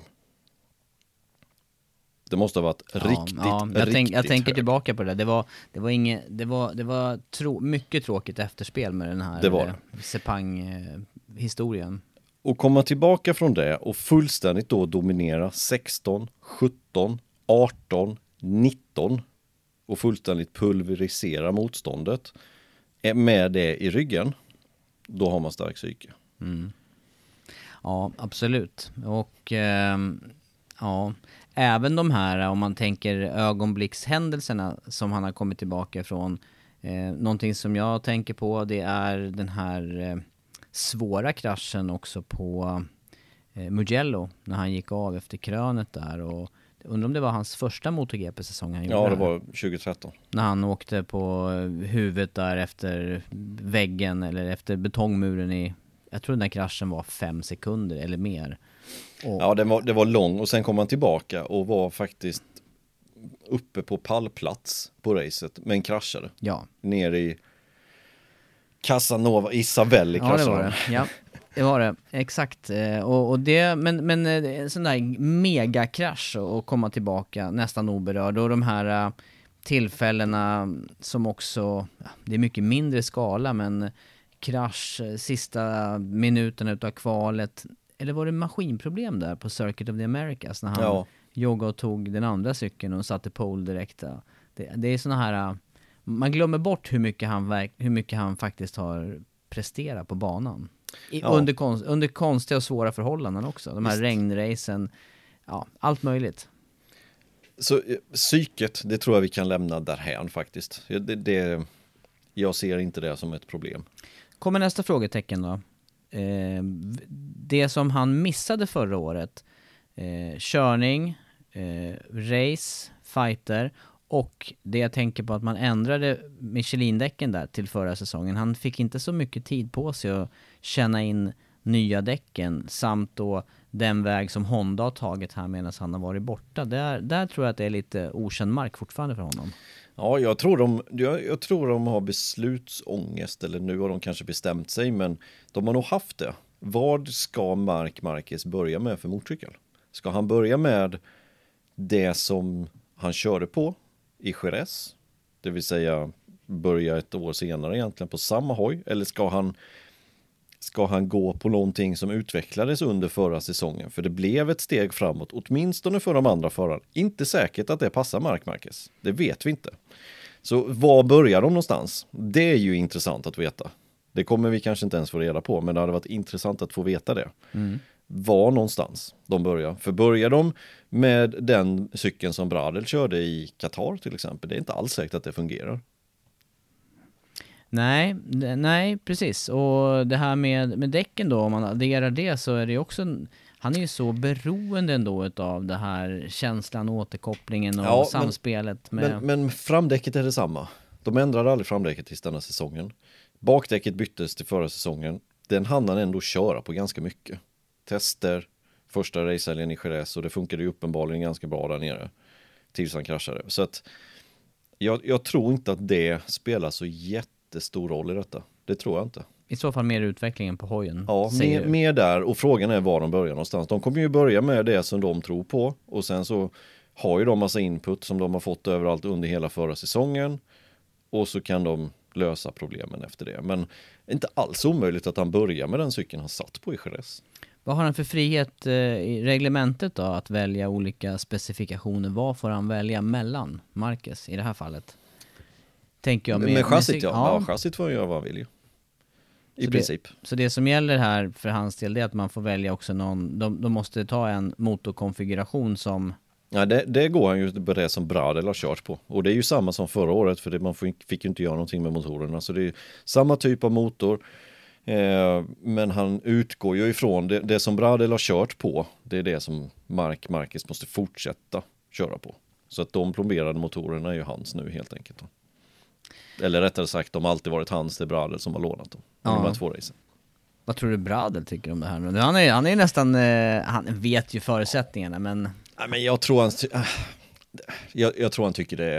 Det måste ha varit ja, riktigt, ja, jag, riktigt tänk, jag tänker hög. tillbaka på det. Det var, det var, inget, det var, det var tro, mycket tråkigt efterspel med den här det var det. Sepang-historien. Och komma tillbaka från det och fullständigt då dominera sexton, sjutton, arton, nitton och fullständigt pulverisera motståndet med det i ryggen, då har man stark psyke. Mm. Ja, absolut. Och eh, ja, även de här, om man tänker ögonblickshändelserna som han har kommit tillbaka från. Eh, någonting som jag tänker på, det är den här eh, svåra kraschen också på eh, Mugello när han gick av efter krönet där. Och undrar om det var hans första MotoGP-säsong han gjorde. Ja, det var tjugo tretton. När han åkte på huvudet där efter väggen eller efter betongmuren i, jag tror den där kraschen var fem sekunder eller mer. Och ja, det var, det var lång och sen kom han tillbaka och var faktiskt uppe på pallplats på racet men kraschade. Ja. Ner i Casanova, Isabelli kraschade. Ja, det var det. Ja. Det var det, exakt. Och, och det, men, men en sån där megakrasch och komma tillbaka nästan oberörd. Och de här tillfällena som också, det är mycket mindre skala, men krasch sista minuten utav kvalet. Eller var det maskinproblem där på Circuit of the Americas när han ja. joggade och tog den andra cykeln och satte pole direkt. Det, det är såna här, man glömmer bort hur mycket han, hur mycket han faktiskt har presterat på banan. I, ja. under, konst, under konstiga och svåra förhållanden också. De här Just. regnracen, ja, allt möjligt. Så psyket, det tror jag vi kan lämna därhän faktiskt. Det, det, jag ser inte det som ett problem. Kommer nästa frågetecken då. Eh, det som han missade förra året, eh, körning, eh, race, fighter, och det jag tänker på att man ändrade Michelin-däcken där till förra säsongen. Han fick inte så mycket tid på sig att känna in nya däcken samt då den väg som Honda har tagit här medan han har varit borta. Där, där tror jag att det är lite okänd mark fortfarande för honom. Ja, jag tror, de, jag, jag tror de har beslutsångest, eller nu har de kanske bestämt sig, men de har nog haft det. Vad ska Marc Marquez börja med för motorcykel? Ska han börja med det som han körde på i Jerez, det vill säga börja ett år senare egentligen på samma hoj, eller ska han ska han gå på någonting som utvecklades under förra säsongen, för det blev ett steg framåt åtminstone för de andra förarna. Inte säkert att det passar Marc Marquez, det vet vi inte. Så var börjar de någonstans? Det är ju intressant att veta. Det kommer vi kanske inte ens få reda på, men det hade varit intressant att få veta det. Mm. Var någonstans de börjar. För börjar de med den cykeln som Bradel körde i Qatar till exempel, det är inte alls säkert att det fungerar. Nej, nej, precis. Och det här med, med däcken då, om man adderar det, så är det också, han är ju så beroende ändå av det här känslan, återkopplingen och ja, samspelet. Men, med... men, men framdäcket är detsamma. De ändrade aldrig framdäcket till denna säsongen. Bakdäcket byttes till förra säsongen. Den hann han ändå köra på ganska mycket. Tester, första racehelgen i Jerez, och det funkade ju uppenbarligen ganska bra där nere tills han kraschade. Så att jag, jag tror inte att det spelar så jättestor roll i detta. Det tror jag inte. I så fall mer utvecklingen på hojen. Ja, mer, mer där, och frågan är var de börjar någonstans. De kommer ju börja med det som de tror på, och sen så har ju de massa input som de har fått överallt under hela förra säsongen, och så kan de lösa problemen efter det. Men inte alls omöjligt att han börjar med den cykeln han satt på i Jerez. Vad har han för frihet eh, i reglementet då, att välja olika specifikationer? Vad får han välja mellan Marquez i det här fallet? Tänker jag med, med chassit, med, ja. ja. ja. Chassit får han göra vad han vill ju. I så princip. Det, så det som gäller här för hans del, det är att man får välja också någon, de, de måste ta en motorkonfiguration som... Ja, det, det går han ju på det som Bradel har kört på. Och det är ju samma som förra året, för det, man fick ju inte göra någonting med motorerna. Så det är samma typ av motor. Eh, men han utgår ju ifrån det, det som Bradel har kört på. Det är det som Marc Marquez måste fortsätta köra på. Så att de plomberade motorerna är ju hans nu helt enkelt. Eller rättare sagt, de har alltid varit hans, det är Bradel som har lånat dem. Ja. De här två racen. Vad tror du Bradel tycker om det här? Han är, han är nästan, eh, han vet ju förutsättningarna, men... Nej, men jag tror han, jag, jag tror han tycker det är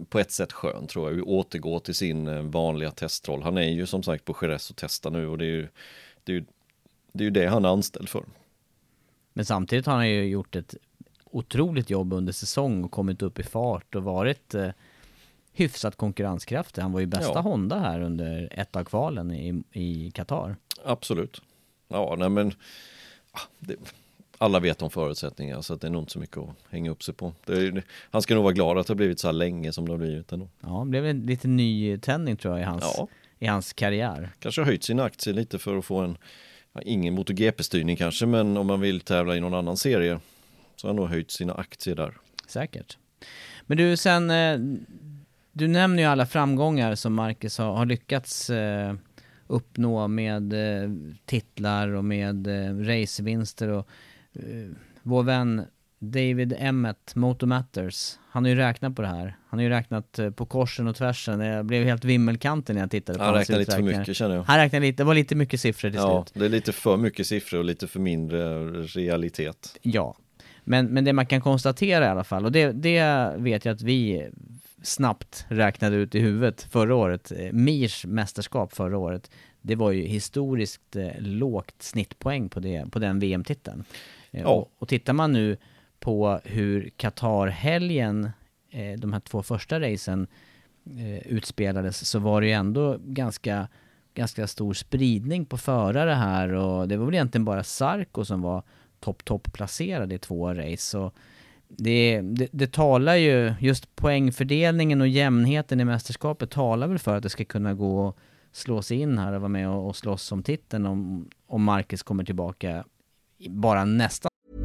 på ett sätt skön tror jag. Vi återgår till sin vanliga testroll. Han är ju som sagt på Jerez och testar nu och det är ju det, är ju, det, är ju det han är anställd för. Men samtidigt har han ju gjort ett otroligt jobb under säsong och kommit upp i fart och varit eh, hyfsat konkurrenskraftig. Han var ju bästa ja. Honda här under ett av kvalen i, i Qatar. Absolut. Ja, nej men det, alla vet om förutsättningar så att det är nog inte så mycket att hänga upp sig på. Det, han ska nog vara glad att det har blivit så här länge som det har blivit ändå. Ja, det blev en lite ny tändning tror jag i hans, ja. i hans karriär. Kanske har höjt sina aktier lite för att få en, ja, ingen MotoGP-styrning kanske, men om man vill tävla i någon annan serie så har han nog höjt sina aktier där. Säkert. Men du, sen, du nämner ju alla framgångar som Marcus har, har lyckats uppnå med titlar och med racevinster och vår vän David Emmett, Moto Matters, han har ju räknat på det här. Han har ju räknat på korsen och tvärsen. Jag blev helt vimmelkanten när jag tittade på han räknade lite för mycket känner jag. Han räknade lite, det var lite mycket siffror till ja, slut. Det är lite för mycket siffror och lite för mindre realitet. Ja, men, men det man kan konstatera i alla fall, och det, det vet jag att vi snabbt räknade ut i huvudet förra året. Mirs mästerskap förra året, det var ju historiskt eh, lågt snittpoäng på, det, på den V M-titeln. Eh, ja. och, och tittar man nu på hur Qatar-helgen, eh, de här två första racen eh, utspelades, så var det ju ändå ganska, ganska stor spridning på förare här, och det var väl egentligen bara Zarco som var topp topp placerad i två race. Så det, det, det talar ju, just poängfördelningen och jämnheten i mästerskapet talar väl för att det ska kunna gå och slå sig in här och vara med och, och slåss om titeln om, om Marcus kommer tillbaka bara nästa.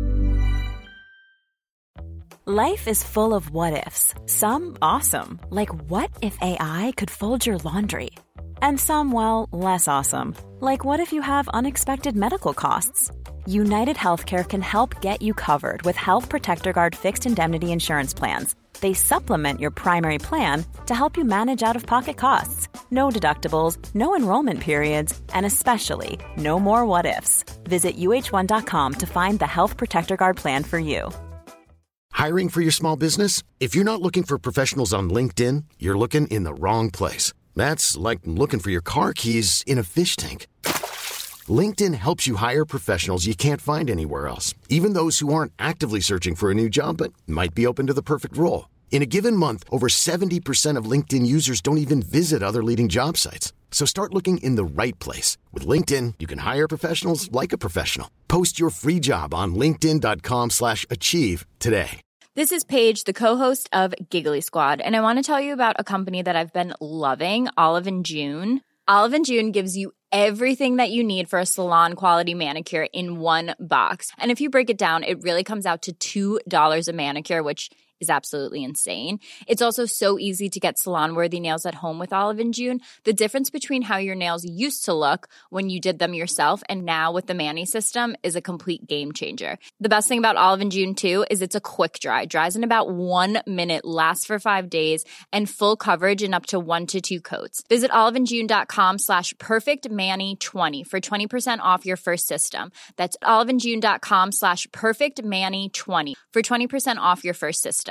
Life is full of what-ifs. Some awesome, like what if A I could fold your laundry? And some, well, less awesome, like what if you have unexpected medical costs? United Healthcare can help get you covered with Health Protector Guard fixed indemnity insurance plans. They supplement your primary plan to help you manage out-of-pocket costs. No deductibles, no enrollment periods, and especially no more what-ifs. Visit U H one dot com to find the Health Protector Guard plan for you. Hiring for your small business? If you're not looking for professionals on LinkedIn, you're looking in the wrong place. That's like looking for your car keys in a fish tank. LinkedIn helps you hire professionals you can't find anywhere else, even those who aren't actively searching for a new job but might be open to the perfect role. In a given month, over seventy percent of LinkedIn users don't even visit other leading job sites. So start looking in the right place. With LinkedIn, you can hire professionals like a professional. Post your free job on linkedin dot com slash achieve today. This is Paige, the co-host of Giggly Squad, and I want to tell you about a company that I've been loving, Olive and June. Olive and June gives you everything that you need for a salon-quality manicure in one box. And if you break it down, it really comes out to two dollars a manicure, which is absolutely insane. It's also so easy to get salon-worthy nails at home with Olive and June. The difference between how your nails used to look when you did them yourself and now with the Mani system is a complete game changer. The best thing about Olive and June, too, is it's a quick dry. Dries in about one minute, lasts for five days, and full coverage in up to one to two coats. Visit oliveandjune.com slash perfectmani20 for twenty percent off your first system. That's oliveandjune.com slash perfectmani20 for twenty percent off your first system.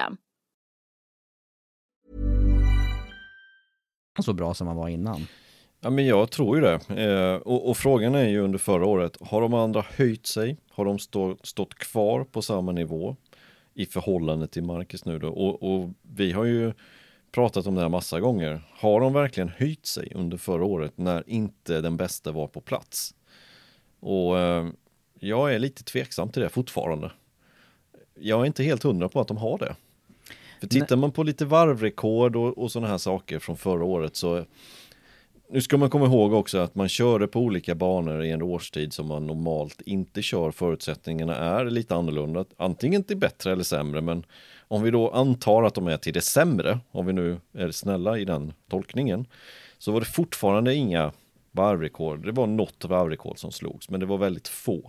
Så bra som han var innan. Ja, men jag tror ju det. Eh, och, och frågan är ju under förra året, har de andra höjt sig? Har de stå, stått kvar på samma nivå i förhållande till Marcus nu då? Och, och vi har ju pratat om det här massa gånger. Har de verkligen höjt sig under förra året när inte den bästa var på plats? Och eh, jag är lite tveksam till det fortfarande. Jag är inte helt hundra på att de har det. För tittar man på lite varvrekord och, och sådana här saker från förra året, så nu ska man komma ihåg också att man kör på olika banor i en årstid som man normalt inte kör. Förutsättningarna är lite annorlunda. Antingen till bättre eller sämre, men om vi då antar att de är till det sämre, om vi nu är snälla i den tolkningen, så var det fortfarande inga varvrekord. Det var något varvrekord som slogs, men det var väldigt få.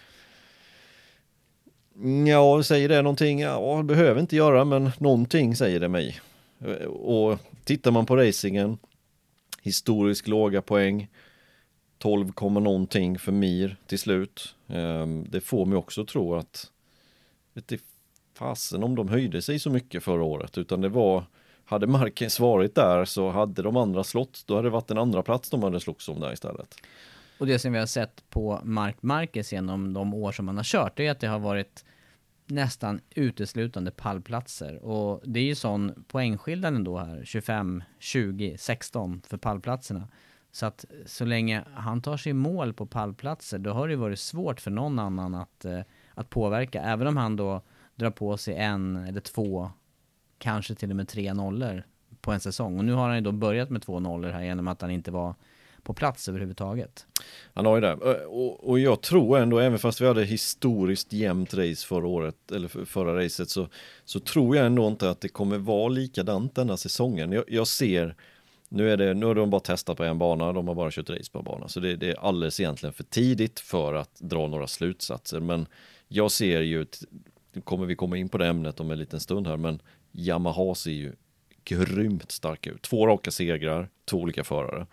Ja, säger det någonting? Ja, det behöver inte göra, men någonting säger det mig. Och tittar man på racingen, historiskt låga poäng, tolv, någonting för Mir till slut. Det får mig också tro att vet inte fasen om de höjde sig så mycket förra året, utan det var hade Marquez varit där så hade de andra slått, då hade det varit en andra plats de hade slogs om där istället. Och det som vi har sett på Marc Marquez genom de år som man har kört, det är att det har varit nästan uteslutande pallplatser. Och det är ju sån poängskillnaden då här, tjugofem, tjugo, sexton för pallplatserna. Så att så länge han tar sig i mål på pallplatser, då har det varit svårt för någon annan att, eh, att påverka. Även om han då drar på sig en eller två, kanske till och med tre nollor på en säsong. Och nu har han ju då börjat med två nollor här genom att han inte var på plats överhuvudtaget. Han har ju det. Och, och jag tror ändå, även fast vi hade historiskt jämnt race förra året, eller förra racet, så, så tror jag ändå inte att det kommer vara likadant denna säsongen. Jag, jag ser, nu är det, nu har de bara testat på en bana, de har bara kört race på en bana. Så det, det är alldeles egentligen för tidigt för att dra några slutsatser. Men jag ser ju, kommer vi komma in på det ämnet om en liten stund här, men Yamaha ser ju grymt starka ut. Två raka segrar, två olika förare.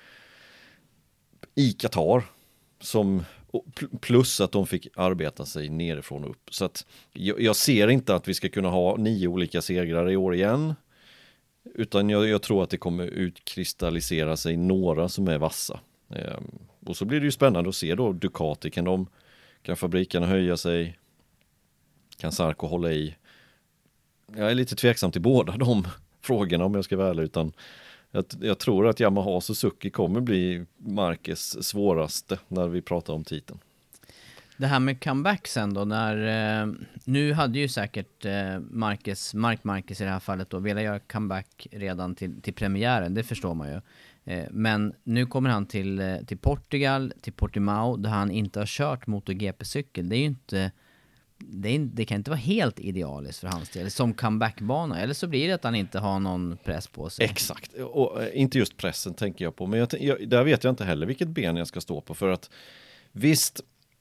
I Qatar, som, plus att de fick arbeta sig nerifrån och upp. Så att jag, jag ser inte att vi ska kunna ha nio olika segrar i år igen. Utan jag, jag tror att det kommer utkristallisera sig några som är vassa. Ehm, och så blir det ju spännande att se då Ducati. Kan, de, kan fabrikerna höja sig? Kan Sarko hålla i? Jag är lite tveksam till båda de frågorna om jag ska vara ärlig, utan jag, jag tror att Yamaha Suzuki kommer bli Marquez svåraste när vi pratar om titeln. Det här med comeback sen då, när eh, nu hade ju säkert eh, Marquez, Marc Marquez i det här fallet då velat göra comeback redan till, till premiären, det förstår man ju. Eh, men nu kommer han till, eh, till Portugal, till Portimao, där han inte har kört MotoGP-cykel. Det är ju inte, det, är, det kan inte vara helt idealiskt för hans del som comebackbana, eller så blir det att han inte har någon press på sig. Exakt, och eh, inte just pressen tänker jag på, men jag, jag, där vet jag inte heller vilket ben jag ska stå på, för att visst,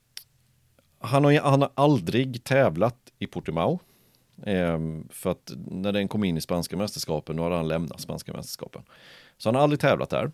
Han har, han har aldrig tävlat i Portimao. Eh, för att när den kom in i spanska mästerskapen, då hade han lämnat spanska mästerskapen. Så han har aldrig tävlat där.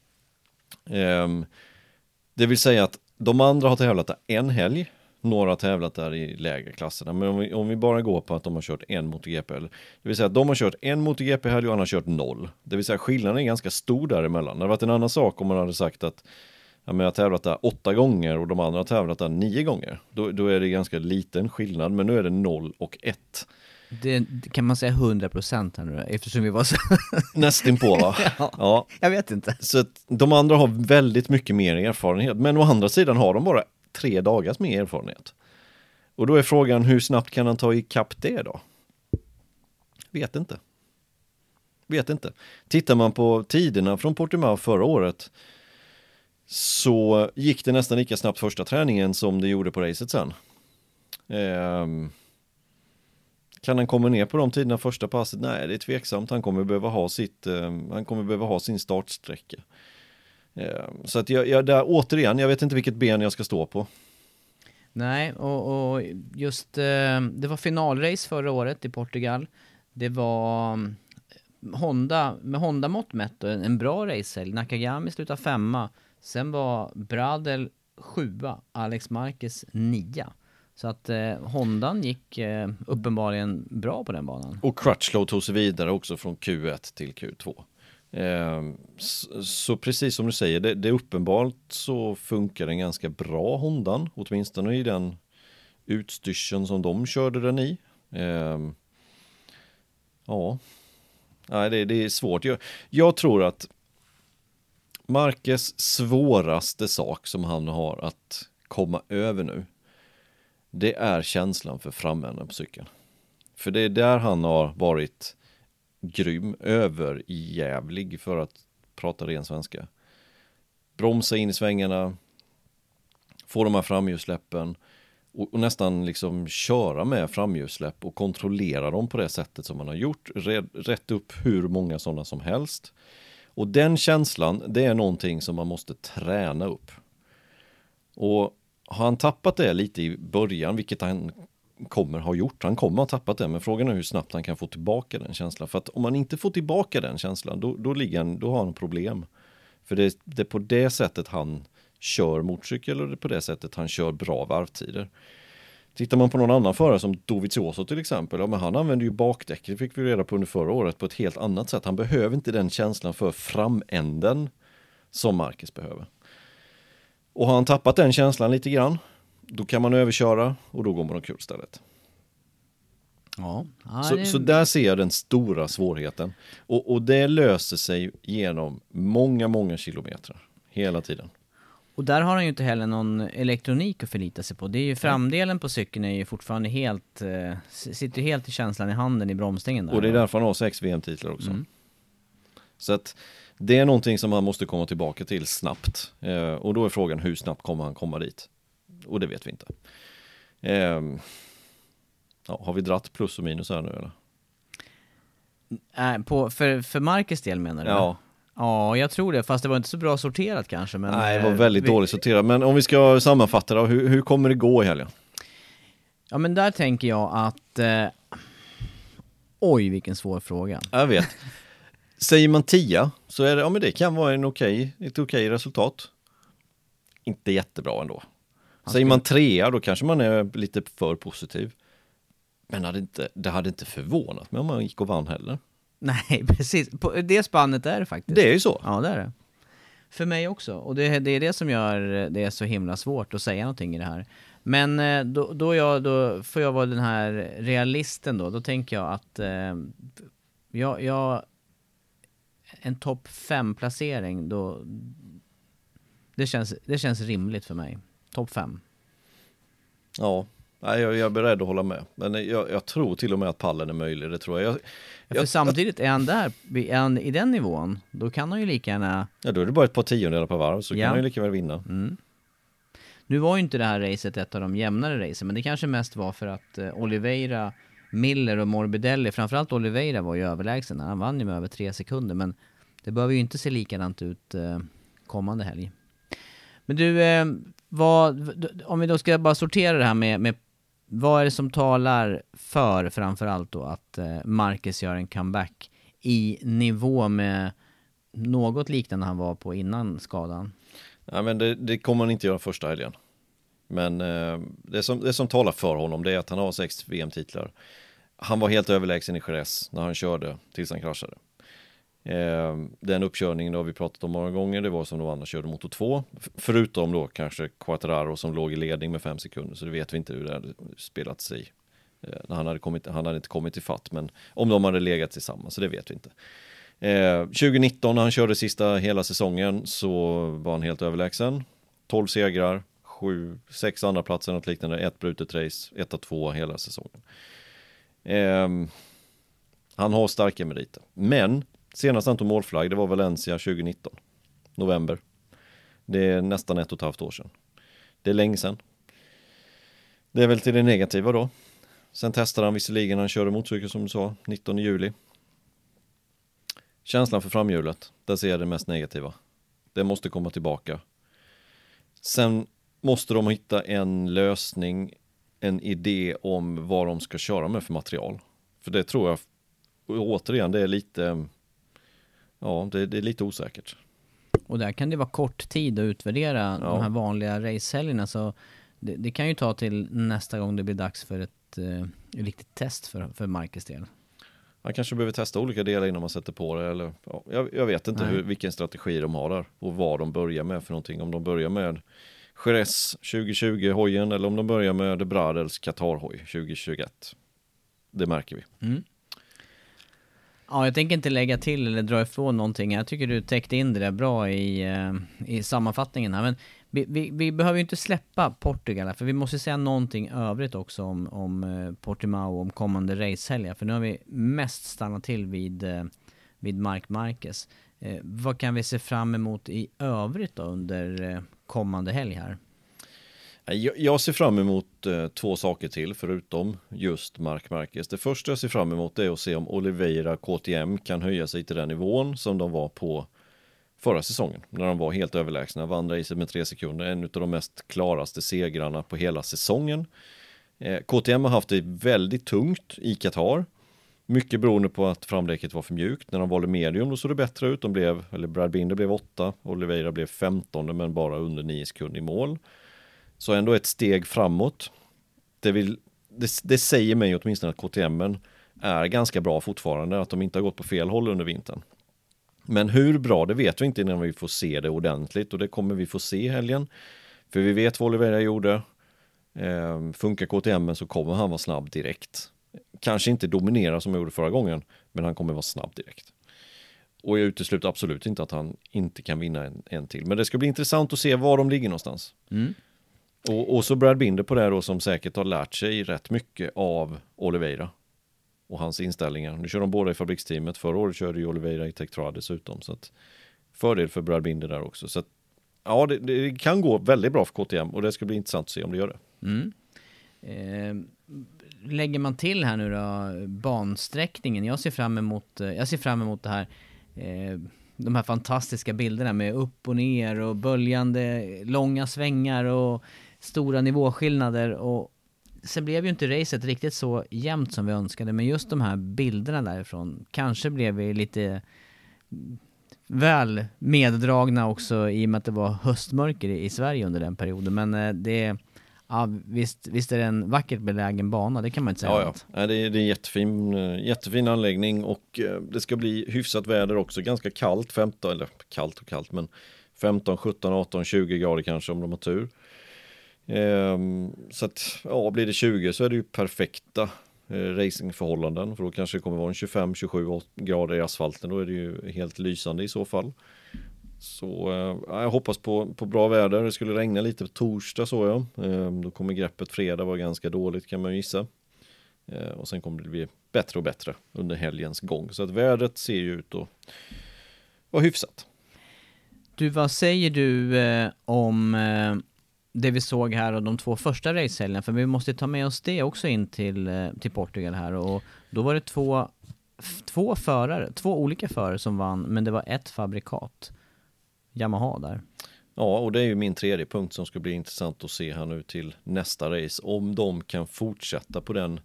Eh, det vill säga att de andra har tävlat där en helg. Några har tävlat där i lägre klasserna. Men om vi, om vi bara går på att de har kört en MotoGP. Det vill säga att de har kört en MotoGP-helg och han har kört noll. Det vill säga skillnaden är ganska stor däremellan. Det hade varit en annan sak om man hade sagt att ja, men jag har tävlat där åtta gånger och de andra har tävlat där nio gånger. Då, då är det ganska liten skillnad, men nu är det noll och ett. Det kan man säga hundra procent här nu, eftersom vi var så... Nästan på, va? ja, ja, jag vet inte. Så att de andra har väldigt mycket mer erfarenhet, men å andra sidan har de bara tre dagars mer erfarenhet. Och då är frågan, hur snabbt kan han ta i kapp det då? Vet inte. Vet inte. Tittar man på tiderna från Portimao förra året, så gick det nästan lika snabbt första träningen som det gjorde på racet sen. Eh, kan han komma ner på de tiderna första passet? Nej, det är tveksamt. Han kommer behöva ha sitt, eh, han kommer behöva ha sin startsträcka. Eh, så att jag, jag där återigen, jag vet inte vilket ben jag ska stå på. Nej, och, och just eh, det var finalrace förra året i Portugal. Det var Honda, med Honda-mått mätt, en, en bra racehelg. Nakagami slutade femma. Sen var Bradel sjua, Alex Marquez nia. Så att eh, Hondan gick eh, uppenbarligen bra på den banan. Och Crutchlow tog sig vidare också från Q ett till Q två. Eh, så, så precis som du säger, det, det är uppenbart så funkar den ganska bra Hondan. Åtminstone i den utstyrseln som de körde den i. Eh, ja, Nej, det, det är svårt. Jag, jag tror att Marquez svåraste sak som han har att komma över nu, det är känslan för framänden på cykeln. För det är där han har varit grym, överjävlig, för att prata ren svenska. Bromsa in i svängarna, få de här framhjulsläppen och, och nästan liksom köra med framhjulsläpp och kontrollera dem på det sättet som man har gjort. Red, rätt upp hur många sådana som helst. Och den känslan, det är någonting som man måste träna upp. Och har han tappat det lite i början, vilket han kommer ha gjort, han kommer ha tappat det, men frågan är hur snabbt han kan få tillbaka den känslan. För att om man inte får tillbaka den känslan, då, då, ligger han, då har han problem. För det, det är på det sättet han kör motorcykel, och det är på det sättet han kör bra varvtider. Tittar man på någon annan förare som Dovizioso till exempel, ja, men han använder ju bakdäck, det fick vi reda på under förra året, på ett helt annat sätt. Han behöver inte den känslan för framänden som Marquez behöver. Och har han tappat den känslan lite grann, då kan man överköra och då går man omkull istället. Ja, ja, så, det... så där ser jag den stora svårigheten. Och, och det löser sig genom många, många kilometer hela tiden. Och där har han ju inte heller någon elektronik att förlita sig på. Det är ju framdelen på cykeln är ju fortfarande helt, eh, sitter helt i känslan i handen i bromsstängen där. Och det är därför han har sex V M-titlar också. Mm. Så att det är någonting som han måste komma tillbaka till snabbt. Eh, och då är frågan, hur snabbt kommer han komma dit? Och det vet vi inte. Eh, ja, har vi dratt plus och minus här nu eller? Äh, på, för, för Marquez del menar du? Ja. Ja, jag tror det. Fast det var inte så bra sorterat kanske. Men, Nej, det var väldigt vi... dåligt sorterat. Men om vi ska sammanfatta då, hur, hur kommer det gå i helgen? Ja, men där tänker jag att... Eh... Oj, vilken svår fråga. Jag vet. Säger man tia så är det, ja men det kan vara en okej, ett okej resultat. Inte jättebra ändå. Säger skulle... man trea, då kanske man är lite för positiv. Men hade inte, det hade inte förvånat mig om man gick och vann heller. Nej, precis. På det spannet är det faktiskt. Det är ju så. Ja, det är det. För mig också. Och det, det är det som gör det så himla svårt att säga någonting i det här. Men då, då, jag, då får jag vara den här realisten då. Då tänker jag att eh, jag, jag en topp fem placering då det känns, det känns rimligt för mig. Topp fem. Ja. Nej, jag, jag är beredd att hålla med. Men jag, jag tror till och med att pallen är möjlig. Det tror jag. jag, jag För samtidigt är han där är han i den nivån. Då kan han ju lika gärna... Ja, då är det bara ett par tiondelar per varv. Så ja. Kan han ju lika väl vinna. Mm. Nu var ju inte det här racet ett av de jämnare racen. Men det kanske mest var för att eh, Oliveira, Miller och Morbidelli, framförallt Oliveira var ju överlägsen. Han vann ju med över tre sekunder. Men det behöver ju inte se likadant ut eh, kommande helg. Men du, eh, vad, om vi då ska bara sortera det här med... med vad är det som talar för framförallt då att eh, Marquez gör en comeback i nivå med något liknande han var på innan skadan? Ja, men det, det kommer han inte göra första helgen. Men eh, det, som, det som talar för honom det är att han har sex V M-titlar. Han var helt överlägsen i Jerez när han körde tills han kraschade. Eh, den uppkörningen har vi pratat om många gånger. Det var som de andra körde motor två. F- förutom då kanske Quartararo som låg i ledning med fem sekunder. Så det vet vi inte hur det hade spelat sig. Eh, han, hade kommit, han hade inte kommit i fatt. Men om de hade legat tillsammans, så det vet vi inte. Eh, tjugonitton när han körde sista hela säsongen så var han helt överlägsen. tolv segrar, sju, sex andra platser något liknande. Ett brutet race, ett av två hela säsongen. Eh, han har starka meriter. Men senast han tog målflagg, det var Valencia tjugonitton. November. Det är nästan ett och ett halvt år sedan. Det är länge sedan. Det är väl till det negativa då. Sen testade han visserligen, han körde motorcykel som du sa, nittonde juli. Känslan för framhjulet, där ser jag det mest negativa. Det måste komma tillbaka. Sen måste de hitta en lösning, en idé om vad de ska köra med för material. För det tror jag, återigen, det är lite... Ja, det, det är lite osäkert. Och där kan det vara kort tid att utvärdera ja. de här vanliga racehelgerna. Så det, det kan ju ta till nästa gång det blir dags för ett eh, riktigt test för, för Marquez del. Man kanske behöver testa olika delar innan man sätter på det. Eller, ja, jag, jag vet inte hur, vilken strategi de har där. Och vad de börjar med för någonting. Om de börjar med Jerez tjugohundra-hojen eller om de börjar med Bradels Qatar-hoj tjugohundratjugoett. Det märker vi. Mm. Ja, jag tänker inte lägga till eller dra ifrån någonting. Jag tycker du täckte in det där bra i, i sammanfattningen här. Men vi, vi, vi behöver ju inte släppa Portugal, för vi måste säga någonting övrigt också om, om Portimao och om kommande racehelger. För nu har vi mest stannat till vid, vid Marc Marquez. Eh, vad kan vi se fram emot i övrigt då under kommande helg här? Jag, jag ser fram emot eh, två saker till förutom just Marc Marquez. Det första jag ser fram emot är att se om Oliveira K T M kan höja sig till den nivån som de var på förra säsongen. När de var helt överlägsna, vann racet med tre sekunder. En av de mest klaraste segrarna på hela säsongen. Eh, K T M har haft det väldigt tungt i Qatar. Mycket beroende på att framdäcket var för mjukt. När de valde medium då såg det bättre ut. De blev, eller Brad Binder blev åtta, Oliveira blev femtonde men bara under nio sekunder i mål. Så ändå ett steg framåt. det, vill, det, det säger mig åtminstone att K T M är ganska bra fortfarande, att de inte har gått på fel håll under vintern. Men hur bra, det vet vi inte innan vi får se det ordentligt, och det kommer vi få se i helgen. För vi vet vad Oliveira gjorde. Eh, funkar K T M så kommer han vara snabb direkt. Kanske inte dominera som jag gjorde förra gången, men han kommer vara snabb direkt. Och jag utesluter absolut inte att han inte kan vinna en, en till. Men det ska bli intressant att se var de ligger någonstans. Mm. Och, och så Brad Binder på det då, som säkert har lärt sig rätt mycket av Oliveira och hans inställningar. Nu kör de båda i fabriksteamet. Förra året körde ju Oliveira i Tektra dessutom. Så att fördel för Brad Binder där också. Så att, ja, det, det kan gå väldigt bra för K T M, och det ska bli intressant att se om det gör det. Mm. Eh, lägger man till här nu då bansträckningen, jag ser fram emot, jag ser fram emot det här, eh, de här fantastiska bilderna med upp och ner och böljande långa svängar och stora nivåskillnader, och sen blev ju inte racet riktigt så jämnt som vi önskade, men just de här bilderna därifrån, kanske blev vi lite väl meddragna också i och med att det var höstmörker i, i Sverige under den perioden, men eh, det ja, visst, visst är det en vackert belägen bana, det kan man inte säga. Ja, ja. Det är, det är en jättefin, jättefin anläggning, och det ska bli hyfsat väder också. Ganska kallt, femton, eller kallt och kallt, men femton, sjutton, arton, tjugo grader kanske om de har tur. Ehm, så att, ja, blir det tjugo så är det ju perfekta eh, racingförhållanden, för då kanske det kommer vara en tjugofem, tjugosju grader i asfalten, då är det ju helt lysande i så fall. Så eh, jag hoppas på, på bra väder. Det skulle regna lite på torsdag, så jag. Eh, då kommer greppet fredag vara ganska dåligt, kan man gissa. Eh, och sen kommer det bli bättre och bättre under helgens gång. Så att vädret ser ju ut att vara hyfsat. Du, vad säger du eh, om eh, det vi såg här och de två första racehelgerna? För vi måste ta med oss det också in till, eh, till Portugal här. Och då var det två, f- två förare, två olika förare som vann, men det var ett fabrikat. Yamaha där. Ja, och det är ju min tredje punkt som ska bli intressant att se här nu till nästa race. Om de kan fortsätta på den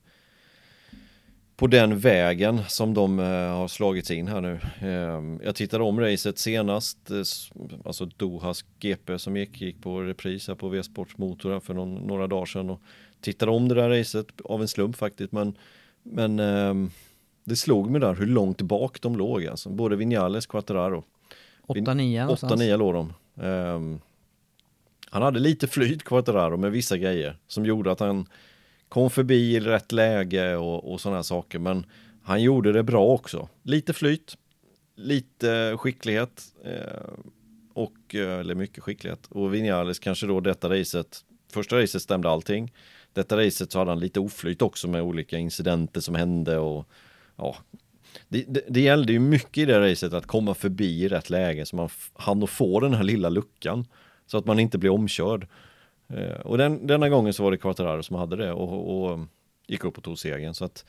på den vägen som de eh, har slagit in här nu. Eh, jag tittade om racet senast, eh, alltså Dohas G P som gick, gick på repris här på V-Sports motor för någon, några dagar sedan, och tittade om det där racet av en slump faktiskt, men, men eh, det slog mig där hur långt bak de låg, alltså. Både Vinales, Quartararo. åtta nio åtta nio låg de. Um, han hade lite flyt, Quartararo, med vissa grejer som gjorde att han kom förbi i rätt läge och, och sådana här saker, men han gjorde det bra också. Lite flyt, lite skicklighet eh, och, eller mycket skicklighet. Och Vinales kanske då detta racet, första racet stämde allting. Detta racet så hade han lite oflyt också med olika incidenter som hände, och ja, Det, det, det gällde ju mycket i det racet att komma förbi i rätt läge så man hann att få den här lilla luckan så att man inte blir omkörd. Eh, och den, denna gången så var det Quartararo som hade det och, och gick upp och tog segern. Så att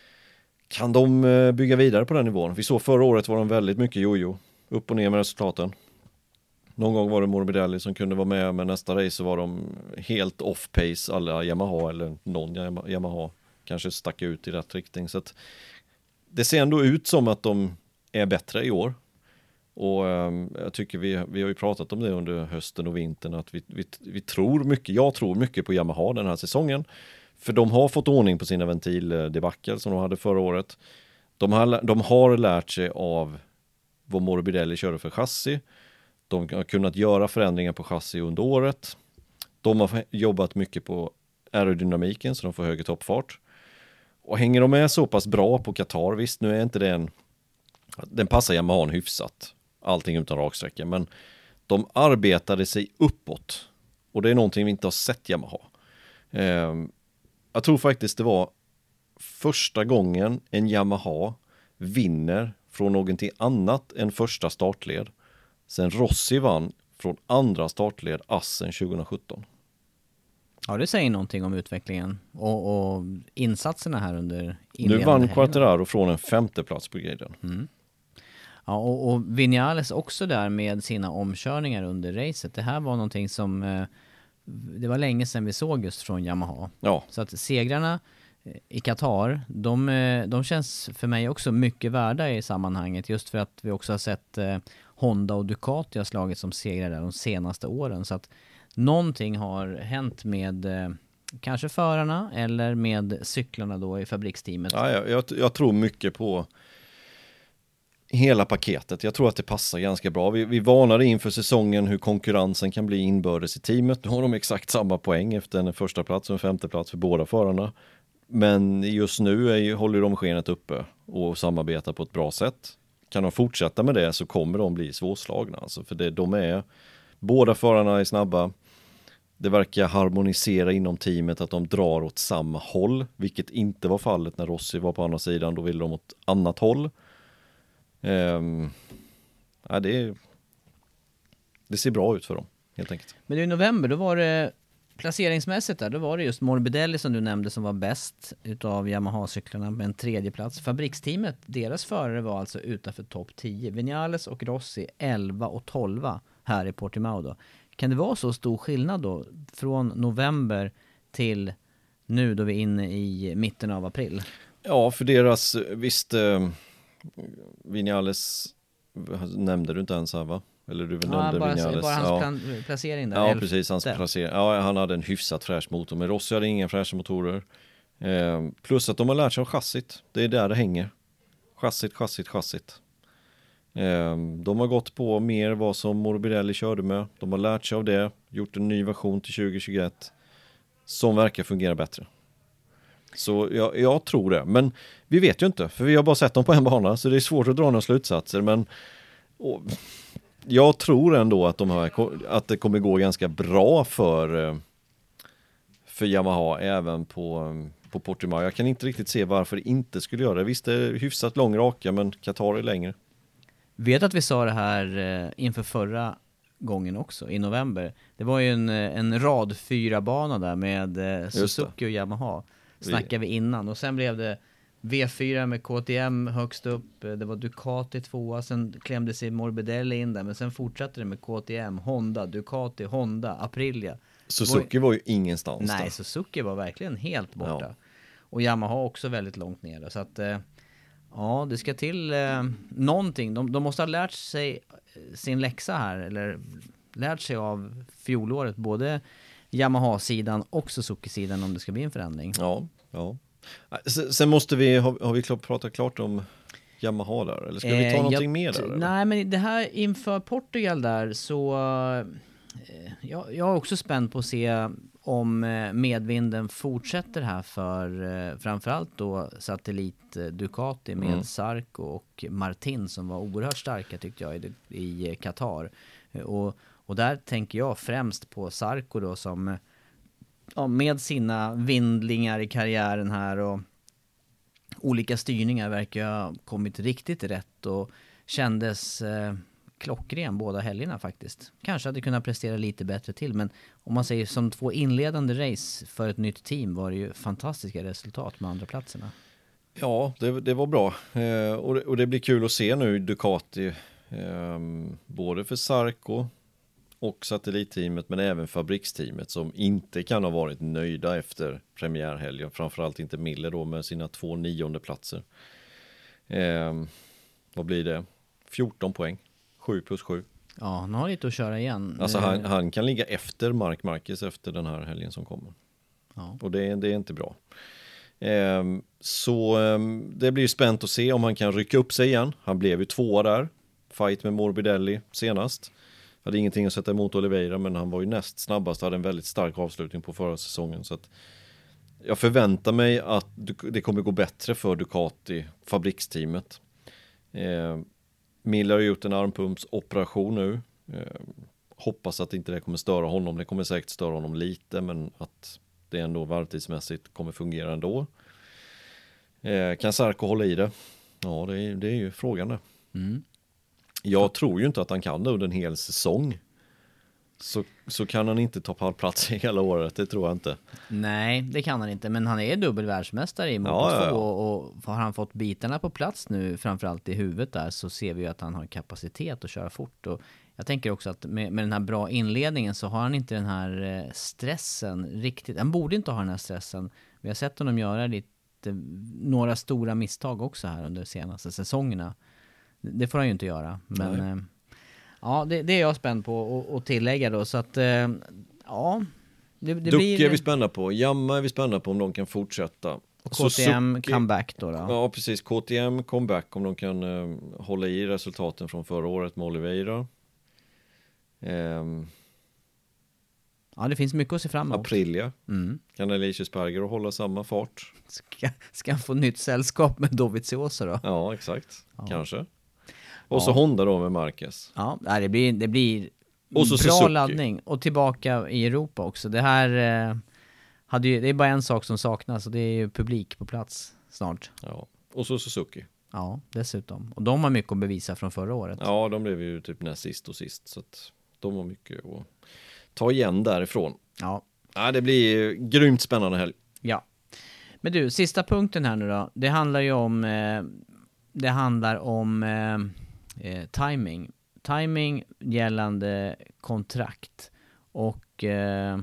kan de bygga vidare på den nivån? Vi såg förra året var de väldigt mycket jojo. Upp och ner med resultaten. Någon gång var det Morbidelli som kunde vara med, men nästa race så var de helt off-pace, alla Yamaha eller någon Yamaha kanske stack ut i rätt riktning. Så att det ser ändå ut som att de är bättre i år. Och um, jag tycker vi, vi har ju pratat om det under hösten och vintern, att vi, vi, vi tror mycket, jag tror mycket på Yamaha den här säsongen. För de har fått ordning på sina ventildebackel som de hade förra året. De har, de har lärt sig av vad Morbidelli körde för chassi. De har kunnat göra förändringar på chassi under året. De har jobbat mycket på aerodynamiken så de får högre toppfart. Och hänger de med så pass bra på Qatar, visst nu är inte det en, den passar Yamaha hyfsat, allting utan raksträckor, men de arbetade sig uppåt och det är någonting vi inte har sett Yamaha. Eh, jag tror faktiskt det var första gången en Yamaha vinner från någonting annat än första startled sen Rossi vann från andra startled Assen tjugohundrasjutton. Ja, det säger någonting om utvecklingen och, och insatserna här under Nu vann Quartararo från en femte plats på griden. Mm. Ja, och, och Vinales också där med sina omkörningar under racet. Det här var någonting som eh, det var länge sedan vi såg just från Yamaha. Ja. Så att segrarna i Qatar, de, de känns för mig också mycket värda i sammanhanget, just för att vi också har sett eh, Honda och Ducati har slagit som segrare de senaste åren. Så att någonting har hänt med, kanske förarna eller med cyklarna då i fabriksteamet? Ja, jag, jag, jag tror mycket på hela paketet. Jag tror att det passar ganska bra. Vi, vi varnade inför säsongen hur konkurrensen kan bli inbördes i teamet. Nu har de exakt samma poäng efter en första plats och en femte plats för båda förarna. Men just nu är ju, håller de skenet uppe och samarbetar på ett bra sätt. Kan de fortsätta med det så kommer de bli svårslagna. Alltså för det, de är, båda förarna är snabba. Det verkar harmonisera inom teamet att de drar åt samma håll. Vilket inte var fallet när Rossi var på andra sidan. Då ville de åt annat håll. Um, ja, det, är, det ser bra ut för dem, helt enkelt. Men i november, då var det placeringsmässigt där, då var det just Morbidelli som du nämnde som var bäst utav Yamaha-cyklarna med en tredje plats. Fabriksteamet, deras förare var alltså utanför topp tio. Vinales och Rossi elva och tolv här i Portimao då. Kan det vara så stor skillnad då från november till nu då vi är inne i mitten av april? Ja, för deras, visst... Uh... Vinales nämnde du inte ens här, va? Eller du ja, nämnde bara, Vinales. bara hans ja. plan, placering där. Ja, elfte. precis, hans placering. Ja, han hade en hyfsat fräsch motor, men Rossi hade inga fräscha motorer. Eh, plus att de har lärt sig av chassit. Det är där det hänger. Chassit, chassit, chassit. Eh, de har gått på mer vad som Morbidelli körde med. De har lärt sig av det, gjort en ny version till tjugo tjugoett som verkar fungera bättre. Så jag, jag tror det, men vi vet ju inte, för vi har bara sett dem på en bana, så det är svårt att dra några slutsatser, men och, jag tror ändå att, de har, att det kommer gå ganska bra för, för Yamaha även på, på Portimao. Jag kan inte riktigt se varför det inte skulle göra det. Visst, det är hyfsat lång raka, men Qatar är längre. Vet att vi sa det här inför förra gången också, i november. Det var ju en, en rad fyra bana där med Suzuki och Yamaha. Snackade vi innan, och sen blev det V fyra med K T M högst upp, det var Ducati tvåa, sen klämde sig Morbidelli in där, men sen fortsatte det med K T M, Honda, Ducati, Honda, Aprilia. Suzuki var, var ju ingenstans nej, där. Suzuki var verkligen helt borta. Ja. Och Yamaha också väldigt långt ner. Så att, eh, ja, det ska till eh, någonting. De, de måste ha lärt sig sin läxa här, eller lärt sig av fjolåret, både Yamaha-sidan och Suzuki-sidan, om det ska bli en förändring. Ja, ja. Sen måste vi, har, har vi pratat klart om Yamaha där? Eller ska vi ta eh, någonting jag, mer där? Eller? Nej, men det här inför Portugal där så... Eh, jag, jag är också spänd på att se om medvinden fortsätter här för eh, framförallt då satellit eh, Ducati med mm. Zarco och Martin som var oerhört starka tyckte jag i, i Qatar. Eh, och Och där tänker jag främst på Zarco då som ja, med sina vindlingar i karriären här och olika styrningar verkar ha kommit riktigt rätt och kändes eh, klockren båda helgerna faktiskt. Kanske hade kunnat prestera lite bättre till, men om man säger som två inledande race för ett nytt team var det ju fantastiska resultat med andra platserna. Ja, det, det var bra. Eh, och, det, och det blir kul att se nu Ducati eh, både för Zarco och satellitteamet, men även fabriksteamet som inte kan ha varit nöjda efter premiärhelgen. Framförallt inte Miller då med sina två nionde platser. Eh, vad blir det? fjorton poäng. sju plus sju. Ja, han har lite att köra igen. Alltså han, han kan ligga efter Marc Marquez efter den här helgen som kommer. Ja. Och det, det är inte bra. Eh, så eh, det blir spänt att se om han kan rycka upp sig igen. Han blev ju tvåa där. Fight med Morbidelli senast. Hade ingenting att sätta emot Oliveira, men han var ju näst snabbast, hade en väldigt stark avslutning på förra säsongen. Så att jag förväntar mig att det kommer gå bättre för Ducati, fabriksteamet. Eh, Miller har gjort en armpumpsoperation nu. Eh, hoppas att inte det kommer störa honom. Det kommer säkert störa honom lite, men att det ändå varvtidsmässigt kommer fungera ändå. Eh, kan Zarco hålla i det? Ja, det är, det är ju frågan det. Mm. Jag tror ju inte att han kan det under en hel säsong. Så, så kan han inte ta pallplats i hela året, det tror jag inte. Nej, det kan han inte, men han är dubbelvärldsmästare i Moto ja, två ja, ja. Och, och har han fått bitarna på plats nu, framförallt i huvudet där, så ser vi ju att han har kapacitet att köra fort. Och jag tänker också att med, med den här bra inledningen så har han inte den här stressen riktigt. Han borde inte ha den här stressen. Vi har sett honom göra lite, några stora misstag också här under de senaste säsongerna. Det får han ju inte göra, men eh, ja, det, det är jag spänd på att tillägga då, så att eh, ja, det, det Ducke blir... är vi spända på, Yamaha är vi spända på om de kan fortsätta. Och K T M Suzuki, comeback då, då? Ja, precis. K T M comeback om de kan eh, hålla i resultaten från förra året med Oliveira. Um, ja, det finns mycket att se fram emot. Aprilia. Mm. Kan Alicia Sparger hålla samma fart? Ska, ska han få nytt sällskap med Dovizioso då? Ja, exakt. Ja. Kanske. Och ja. så Honda då med Marquez. Ja, det blir, det blir och så bra Suzuki. Laddning. Och tillbaka i Europa också. Det här eh, hade ju, det är bara en sak som saknas och det är ju publik på plats snart. Ja, och så Suzuki. Ja, dessutom. Och de har mycket att bevisa från förra året. Ja, de blev ju typ näst sist och sist. Så att de har mycket att ta igen därifrån. Ja. Ja, det blir grymt spännande helg. Ja. Men du, sista punkten här nu då. Det handlar ju om eh, det handlar om eh, eh, timing. Timing gällande kontrakt. Och eh,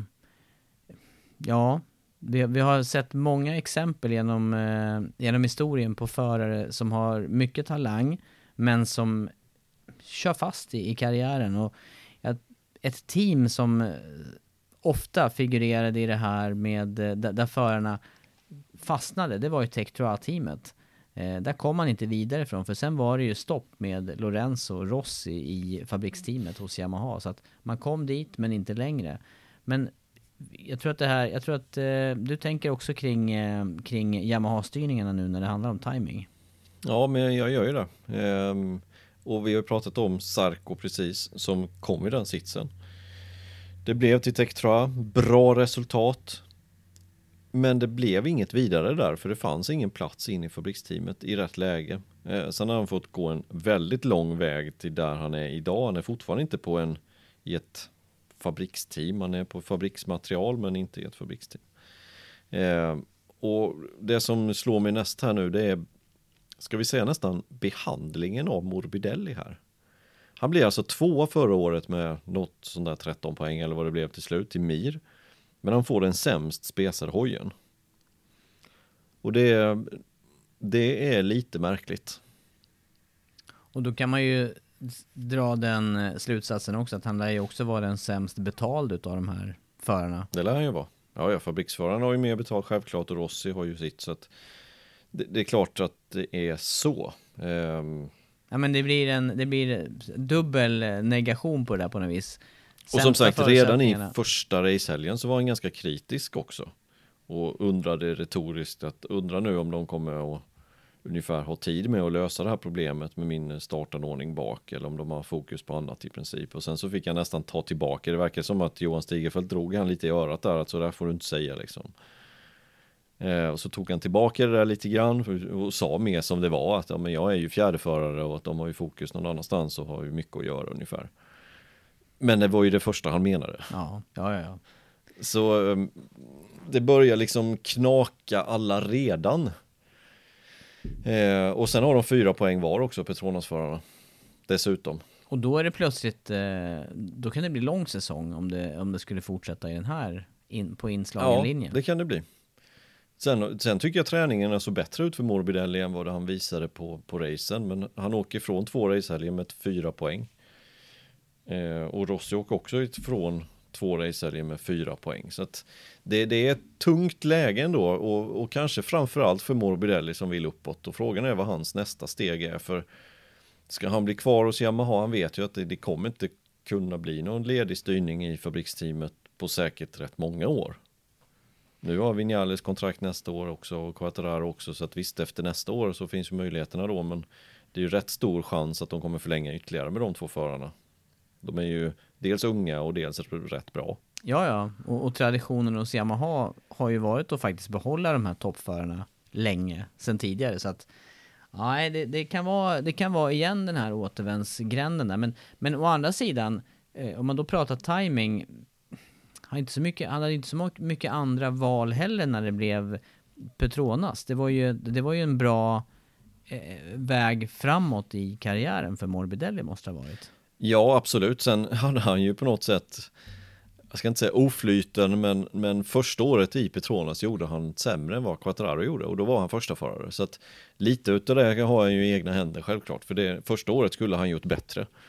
ja, vi, vi har sett många exempel genom, eh, genom historien på förare som har mycket talang men som kör fast i, i karriären. Och ett team som ofta figurerade i det här med där, där förarna fastnade, det var ju Tectroa-teamet. Eh, där kom man inte vidare från, för sen var det ju stopp med Lorenzo Rossi i fabriksteamet hos Yamaha, så att man kom dit men inte längre. Men jag tror att det här, jag tror att eh, du tänker också kring, eh, kring Yamaha-styrningarna nu när det handlar om timing. Ja, men jag gör ju det. Ehm, och vi har pratat om Sarko precis, som kom i den sitsen. Det blev till Tectra, bra resultat. Men det blev inget vidare där, för det fanns ingen plats in i fabriksteamet i rätt läge. Eh, sen har han fått gå en väldigt lång väg till där han är idag. Han är fortfarande inte på en, i ett fabriksteam. Han är på fabriksmaterial men inte i ett fabriksteam. Eh, och det som slår mig näst här nu, det är, ska vi säga nästan behandlingen av Morbidelli här. Han blev alltså tvåa förra året med något sån där tretton poäng eller vad det blev till slut till Mir. Men han får den sämst spesarhojen. Och det, det är lite märkligt. Och då kan man ju dra den slutsatsen också att han lär ju också vara den sämst betald utav de här förarna. Det lär han ju vara. Ja, ja, fabriksförarna har ju mer betalt självklart och Rossi har ju sitt, så att det, det är klart att det är så. Um, ja, men det blir en det blir dubbel negation på det där på något vis. Och som sagt, redan i första racehelgen så var han ganska kritisk också. Och undrade retoriskt att undra nu om de kommer att ungefär ha tid med att lösa det här problemet med min startanordning bak, eller om de har fokus på annat i princip. Och sen så fick jag nästan ta tillbaka. Det verkar som att Johan Stigerfeldt drog han lite i örat där, att så där får du inte säga liksom. Eh, och så tog han tillbaka det där lite grann och sa mer som det var, att ja, men jag är ju fjärdeförare och att de har ju fokus någon annanstans och har ju mycket att göra ungefär. Men det var ju det första han menade. Ja, ja, ja. ja. Så um, det börjar liksom knaka alla redan. Eh, och sen har de fyra poäng var också, Petronas-förarna. Dessutom. Och då är det plötsligt, eh, då kan det bli lång säsong om det, om det skulle fortsätta i den här, in, på inslagen ja, linjen. Ja, det kan det bli. Sen, sen tycker jag träningen är så bättre ut för Morbidelli än vad han visade på, på racen. Men han åker från två racehelger med fyra poäng. Eh, och Rossi åker också från två racehelger med fyra poäng. Så att det, det är ett tungt läge ändå. Och, och kanske framförallt för Morbidelli som vill uppåt. Och frågan är vad hans nästa steg är. För ska han bli kvar hos Yamaha? Han vet ju att det, det kommer inte kunna bli någon ledig styrning i fabriksteamet på säkert rätt många år. Nu har Vinales kontrakt nästa år också och Quartararo också, så att visst efter nästa år så finns ju möjligheterna då, men det är ju rätt stor chans att de kommer förlänga ytterligare med de två förarna. De är ju dels unga och dels rätt bra. Ja, ja. Och, och traditionen hos Yamaha har ju varit att faktiskt behålla de här toppförarna länge sedan tidigare, så att nej, det, det kan vara det kan vara igen den här återvändsgränden där, men men å andra sidan eh, om man då pratar timing, han inte så mycket han hade inte så mycket andra val heller när det blev Petronas. Det var ju det var ju en bra eh, väg framåt i karriären för Morbidelli, måste ha varit. Ja, absolut. Sen hade han ju på något sätt, jag ska inte säga oflyten, men, men första året i Petronas gjorde han sämre än vad Quartararo gjorde, och då var han första förare. Så att lite utav det har han ju i egna händer självklart, för det första året skulle han gjort bättre.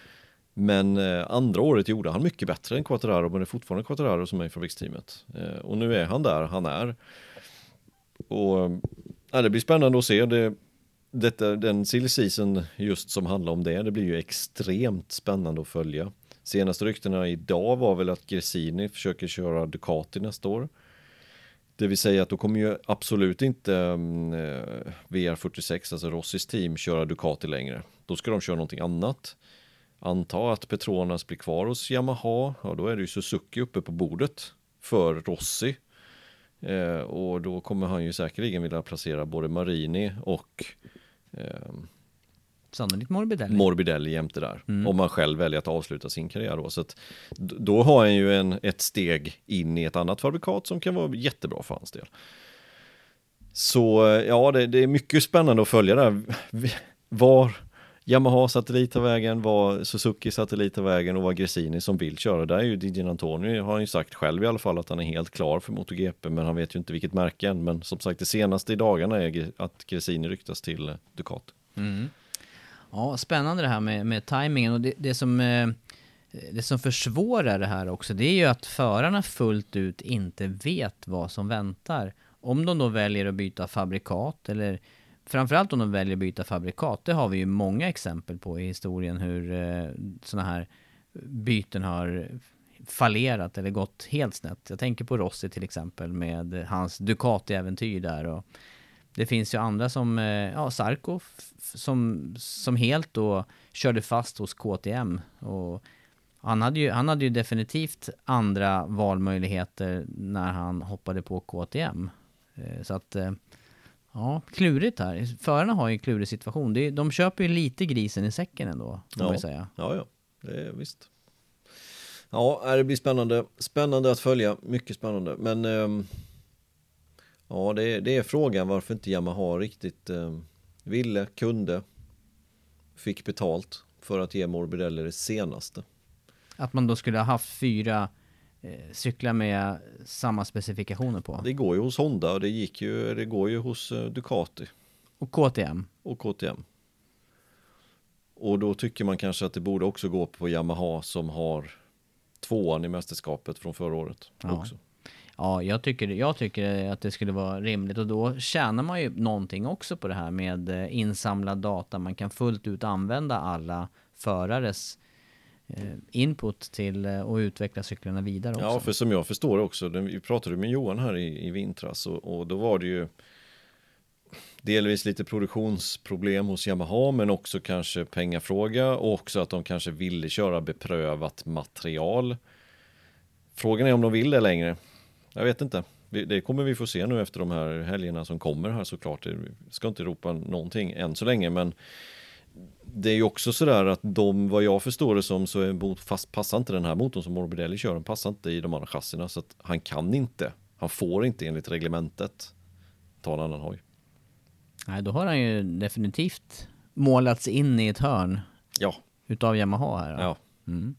Men eh, andra året gjorde han mycket bättre än Quartararo, men det är fortfarande Quartararo som är i fabriksteamet. Eh, och nu är han där han är. Och ja, det blir spännande att se. Det, detta, den silly season just som handlar om det, det blir ju extremt spännande att följa. Senaste ryktena idag var väl att Gresini försöker köra Ducati nästa år. Det vill säga att då kommer ju absolut inte eh, V R fyrtiosex, alltså Rossis team, köra Ducati längre. Då ska de köra någonting annat. Anta att Petronas blir kvar hos Yamaha, ja då är det ju Suzuki uppe på bordet för Rossi. Eh, och då kommer han ju säkerligen vilja placera både Marini och eh, sannolikt Morbidelli. Morbidelli jämte där. Mm. Om man själv väljer att avsluta sin karriär då. Så att, då har han ju en, ett steg in i ett annat fabrikat som kan vara jättebra för hans del. Så ja, det, det är mycket spännande att följa där. Var Yamaha satellit tar vägen, var Suzuki satellit tar vägen och var Gresini som vill köra. Där är ju Di Giannantonio, har han ju sagt själv i alla fall att han är helt klar för MotoGP, men han vet ju inte vilket märke än. Men som sagt, det senaste i dagarna är att Gresini ryktas till Ducati. Mm. Ja, spännande det här med, med tajmingen, och det, det, som, eh, det som försvårar det här också, det är ju att förarna fullt ut inte vet vad som väntar. Om de då väljer att byta fabrikat, eller framförallt om de väljer att byta fabrikat, det har vi ju många exempel på i historien hur eh, sådana här byten har fallerat eller gått helt snett. Jag tänker på Rossi till exempel med hans Ducati-äventyr där, och det finns ju andra som, ja, Sarko som, som helt då körde fast hos K T M, och han hade ju, han hade ju definitivt andra valmöjligheter när han hoppade på K T M. Så att, ja, klurigt här. Förarna har ju en klurig situation. Det är, de köper ju lite grisen i säcken ändå, kan man säga. Ja, ja, det är visst. Ja, det blir spännande. Spännande att följa, mycket spännande. Men um... ja, det är, det är frågan varför inte Yamaha riktigt eh, ville, kunde, fick betalt för att ge Morbidelli det senaste. Att man då skulle ha haft fyra eh, cyklar med samma specifikationer på. Det går ju hos Honda och det, gick ju, det går ju hos eh, Ducati. Och K T M. Och K T M. Och då tycker man kanske att det borde också gå på Yamaha som har tvåan i mästerskapet från förra året Ja. också. Ja, jag tycker, jag tycker att det skulle vara rimligt, och då tjänar man ju någonting också på det här med insamlad data. Man kan fullt ut använda alla förares eh, input till att utveckla cyklarna vidare också. Ja, för som jag förstår också, vi pratade med Johan här i, i vintras och, och då var det ju delvis lite produktionsproblem hos Yamaha, men också kanske pengafråga och också att de kanske ville köra beprövat material. Frågan är om de vill det längre. Jag vet inte. Det kommer vi få se nu efter de här helgerna som kommer här såklart. Jag ska inte ropa någonting än så länge, men det är ju också sådär att de, vad jag förstår det som, så är fast passar inte den här motorn som Morbidelli kör, den passar inte i de andra chassierna, så att han kan inte, han får inte enligt reglementet ta en annan hoj. Nej, då har han ju definitivt målats in i ett hörn. Ja. Utav Yamaha här. Ja. Mm.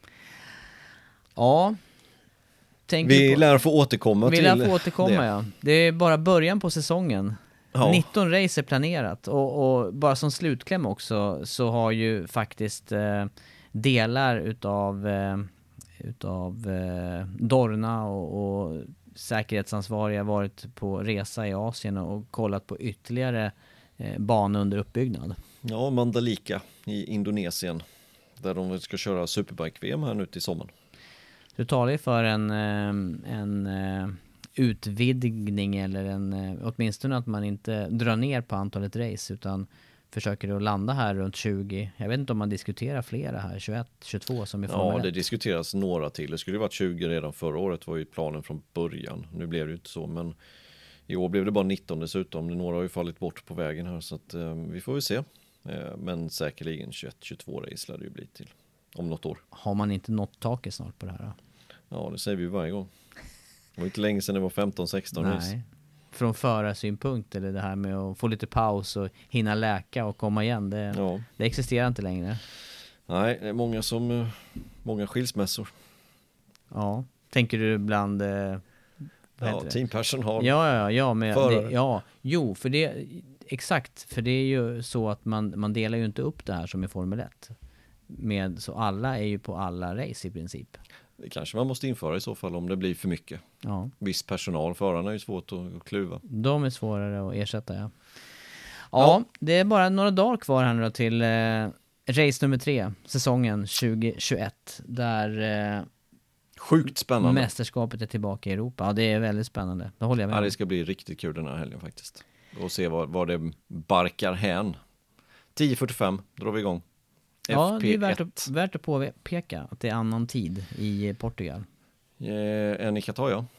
Ja. Vi på, lär få återkomma vi till lär få återkomma, det. Ja. Det är bara början på säsongen. Ja. nitton race är planerat. Och, och bara som slutkläm också så har ju faktiskt eh, delar utav, eh, utav eh, Dorna och, och säkerhetsansvariga varit på resa i Asien och kollat på ytterligare eh, banor under uppbyggnad. Ja, Mandalika i Indonesien där de ska köra Superbike-V M här nu till sommaren. Du talar ju för en, en utvidgning eller en, åtminstone att man inte drar ner på antalet race utan försöker att landa här runt tjugo. Jag vet inte om man diskuterar flera här, tjugoett, tjugotvå som i Formel ett. Ja, det diskuteras några till. Det skulle ju varit tjugo redan förra året, var ju planen från början. Nu blev det ju inte så, men i år blev det bara nitton dessutom. Några har ju fallit bort på vägen här, så att eh, vi får väl se. Eh, men säkerligen tjugoett tjugotvå race lär det ju bli till om något år. Har man inte nått taket snart på det här då? Ja, det säger vi ju varje gång. Det var inte länge sedan det var femton sexton Nej. race. Från förarsynpunkt, eller det här med att få lite paus och hinna läka och komma igen, det, ja. det existerar inte längre. Nej, det är många som många skilsmässor. Ja, tänker du bland eh, ja, teampersonal. Ja, ja, ja, med det, ja, jo, för det exakt, för det är ju så att man man delar ju inte upp det här som i Formel ett. med, så alla är ju på alla race i princip. Det kanske man måste införa i så fall om det blir för mycket. Ja. Viss personal, förarna är ju svårt att kluva. De är svårare att ersätta, ja. Ja, Ja. det är bara några dagar kvar här nu då till eh, race nummer tre, säsongen tjugo tjugoett, där eh, Sjukt spännande. mästerskapet är tillbaka i Europa. Ja, det är väldigt spännande. Det håller jag med Ja, om. det ska bli riktigt kul den här helgen faktiskt. Och se vad, vad det barkar hän. tio fyrtiofem drar vi igång. Ja, F P ett. det är värt att, värt att påpeka att det är annan tid i Portugal. Eh, än i Qatar, ja.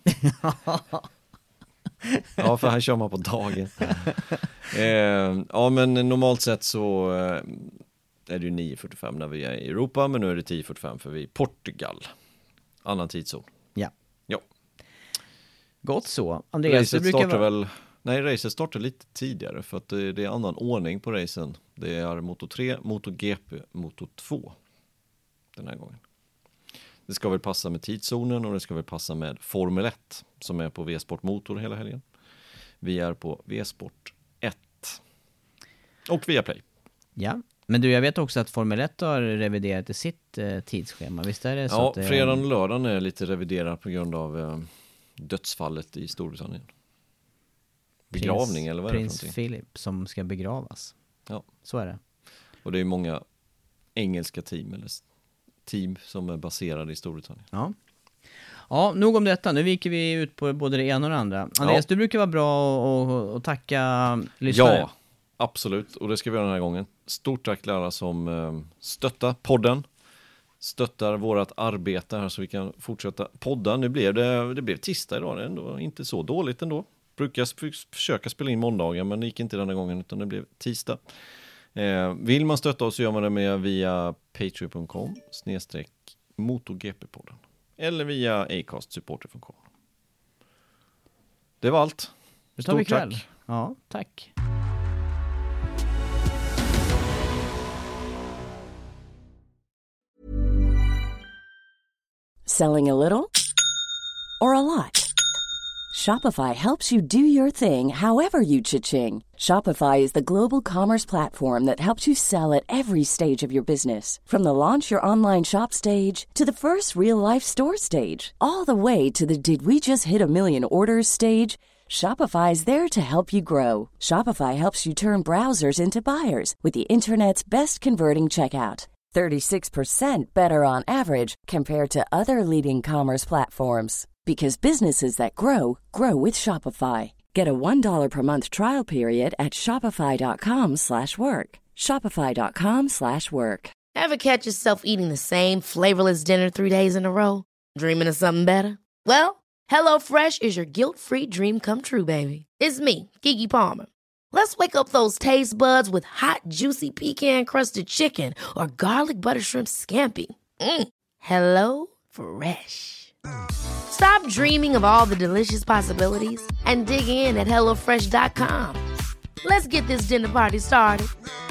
Ja, för här kör man på dagen. eh, ja, men normalt sett så eh, är det ju nio fyrtiofem när vi är i Europa, men nu är det tio fyrtiofem för vi är i Portugal. Annan tidszon. Ja. Ja. Gott så. Andreas, Racet du brukar startar vara... väl... Nej, racet startar lite tidigare för att det, det är annan ordning på racen. Det är Moto tre, Moto G P, Moto två den här gången. Det ska väl passa med tidszonen och det ska väl passa med Formel ett som är på V-sport motor hela helgen. Vi är på V-sport ett. Och Viaplay. Ja, men du, jag vet också att Formel ett har reviderat i sitt eh, tidsschema. Visst är det så Ja, att det är... fredagen och lördagen är lite reviderad på grund av eh, dödsfallet i Storbritannien. Begravning eller vad är det Prins för någonting? Philip som ska begravas. Ja. Så är det. Och det är många engelska team eller team som är baserade i Storbritannien. Ja. Ja, nog om detta. Nu viker vi ut på både det ena och det andra. Andreas, Ja. du brukar vara bra att tacka lyssnare. Ja, absolut. Och det ska vi göra den här gången. Stort tack till alla som eh, stöttar podden. Stöttar vårat arbete här så vi kan fortsätta podda. Nu blev det, det blev tisdag idag. Det är ändå inte så dåligt ändå. Brukar f- försöka spela in måndagar, men det gick inte denna gången utan det blev tisdag. Eh, vill man stötta oss så gör man det med via patreon punkt com snedstreck MotoGP-podden eller via Acast supporterfunktion. Det var allt. Det tar vi Stort kväll. tack. Ja, tack. Selling a little or a lot? Shopify helps you do your thing however you cha-ching. Shopify is the global commerce platform that helps you sell at every stage of your business. From the launch your online shop stage to the first real-life store stage, all the way to the did we just hit a million orders stage. Shopify is there to help you grow. Shopify helps you turn browsers into buyers with the internet's best converting checkout. thirty-six percent better on average compared to other leading commerce platforms. Because businesses that grow, grow with Shopify. Get a one dollar per month trial period at shopify.com slash work. Shopify.com slash work. Ever catch yourself eating the same flavorless dinner three days in a row? Dreaming of something better? Well, HelloFresh is your guilt-free dream come true, baby. It's me, Keke Palmer. Let's wake up those taste buds with hot, juicy pecan-crusted chicken or garlic butter shrimp scampi. Mm. Hello Fresh. Stop dreaming of all the delicious possibilities and dig in at hello fresh dot com. Let's get this dinner party started.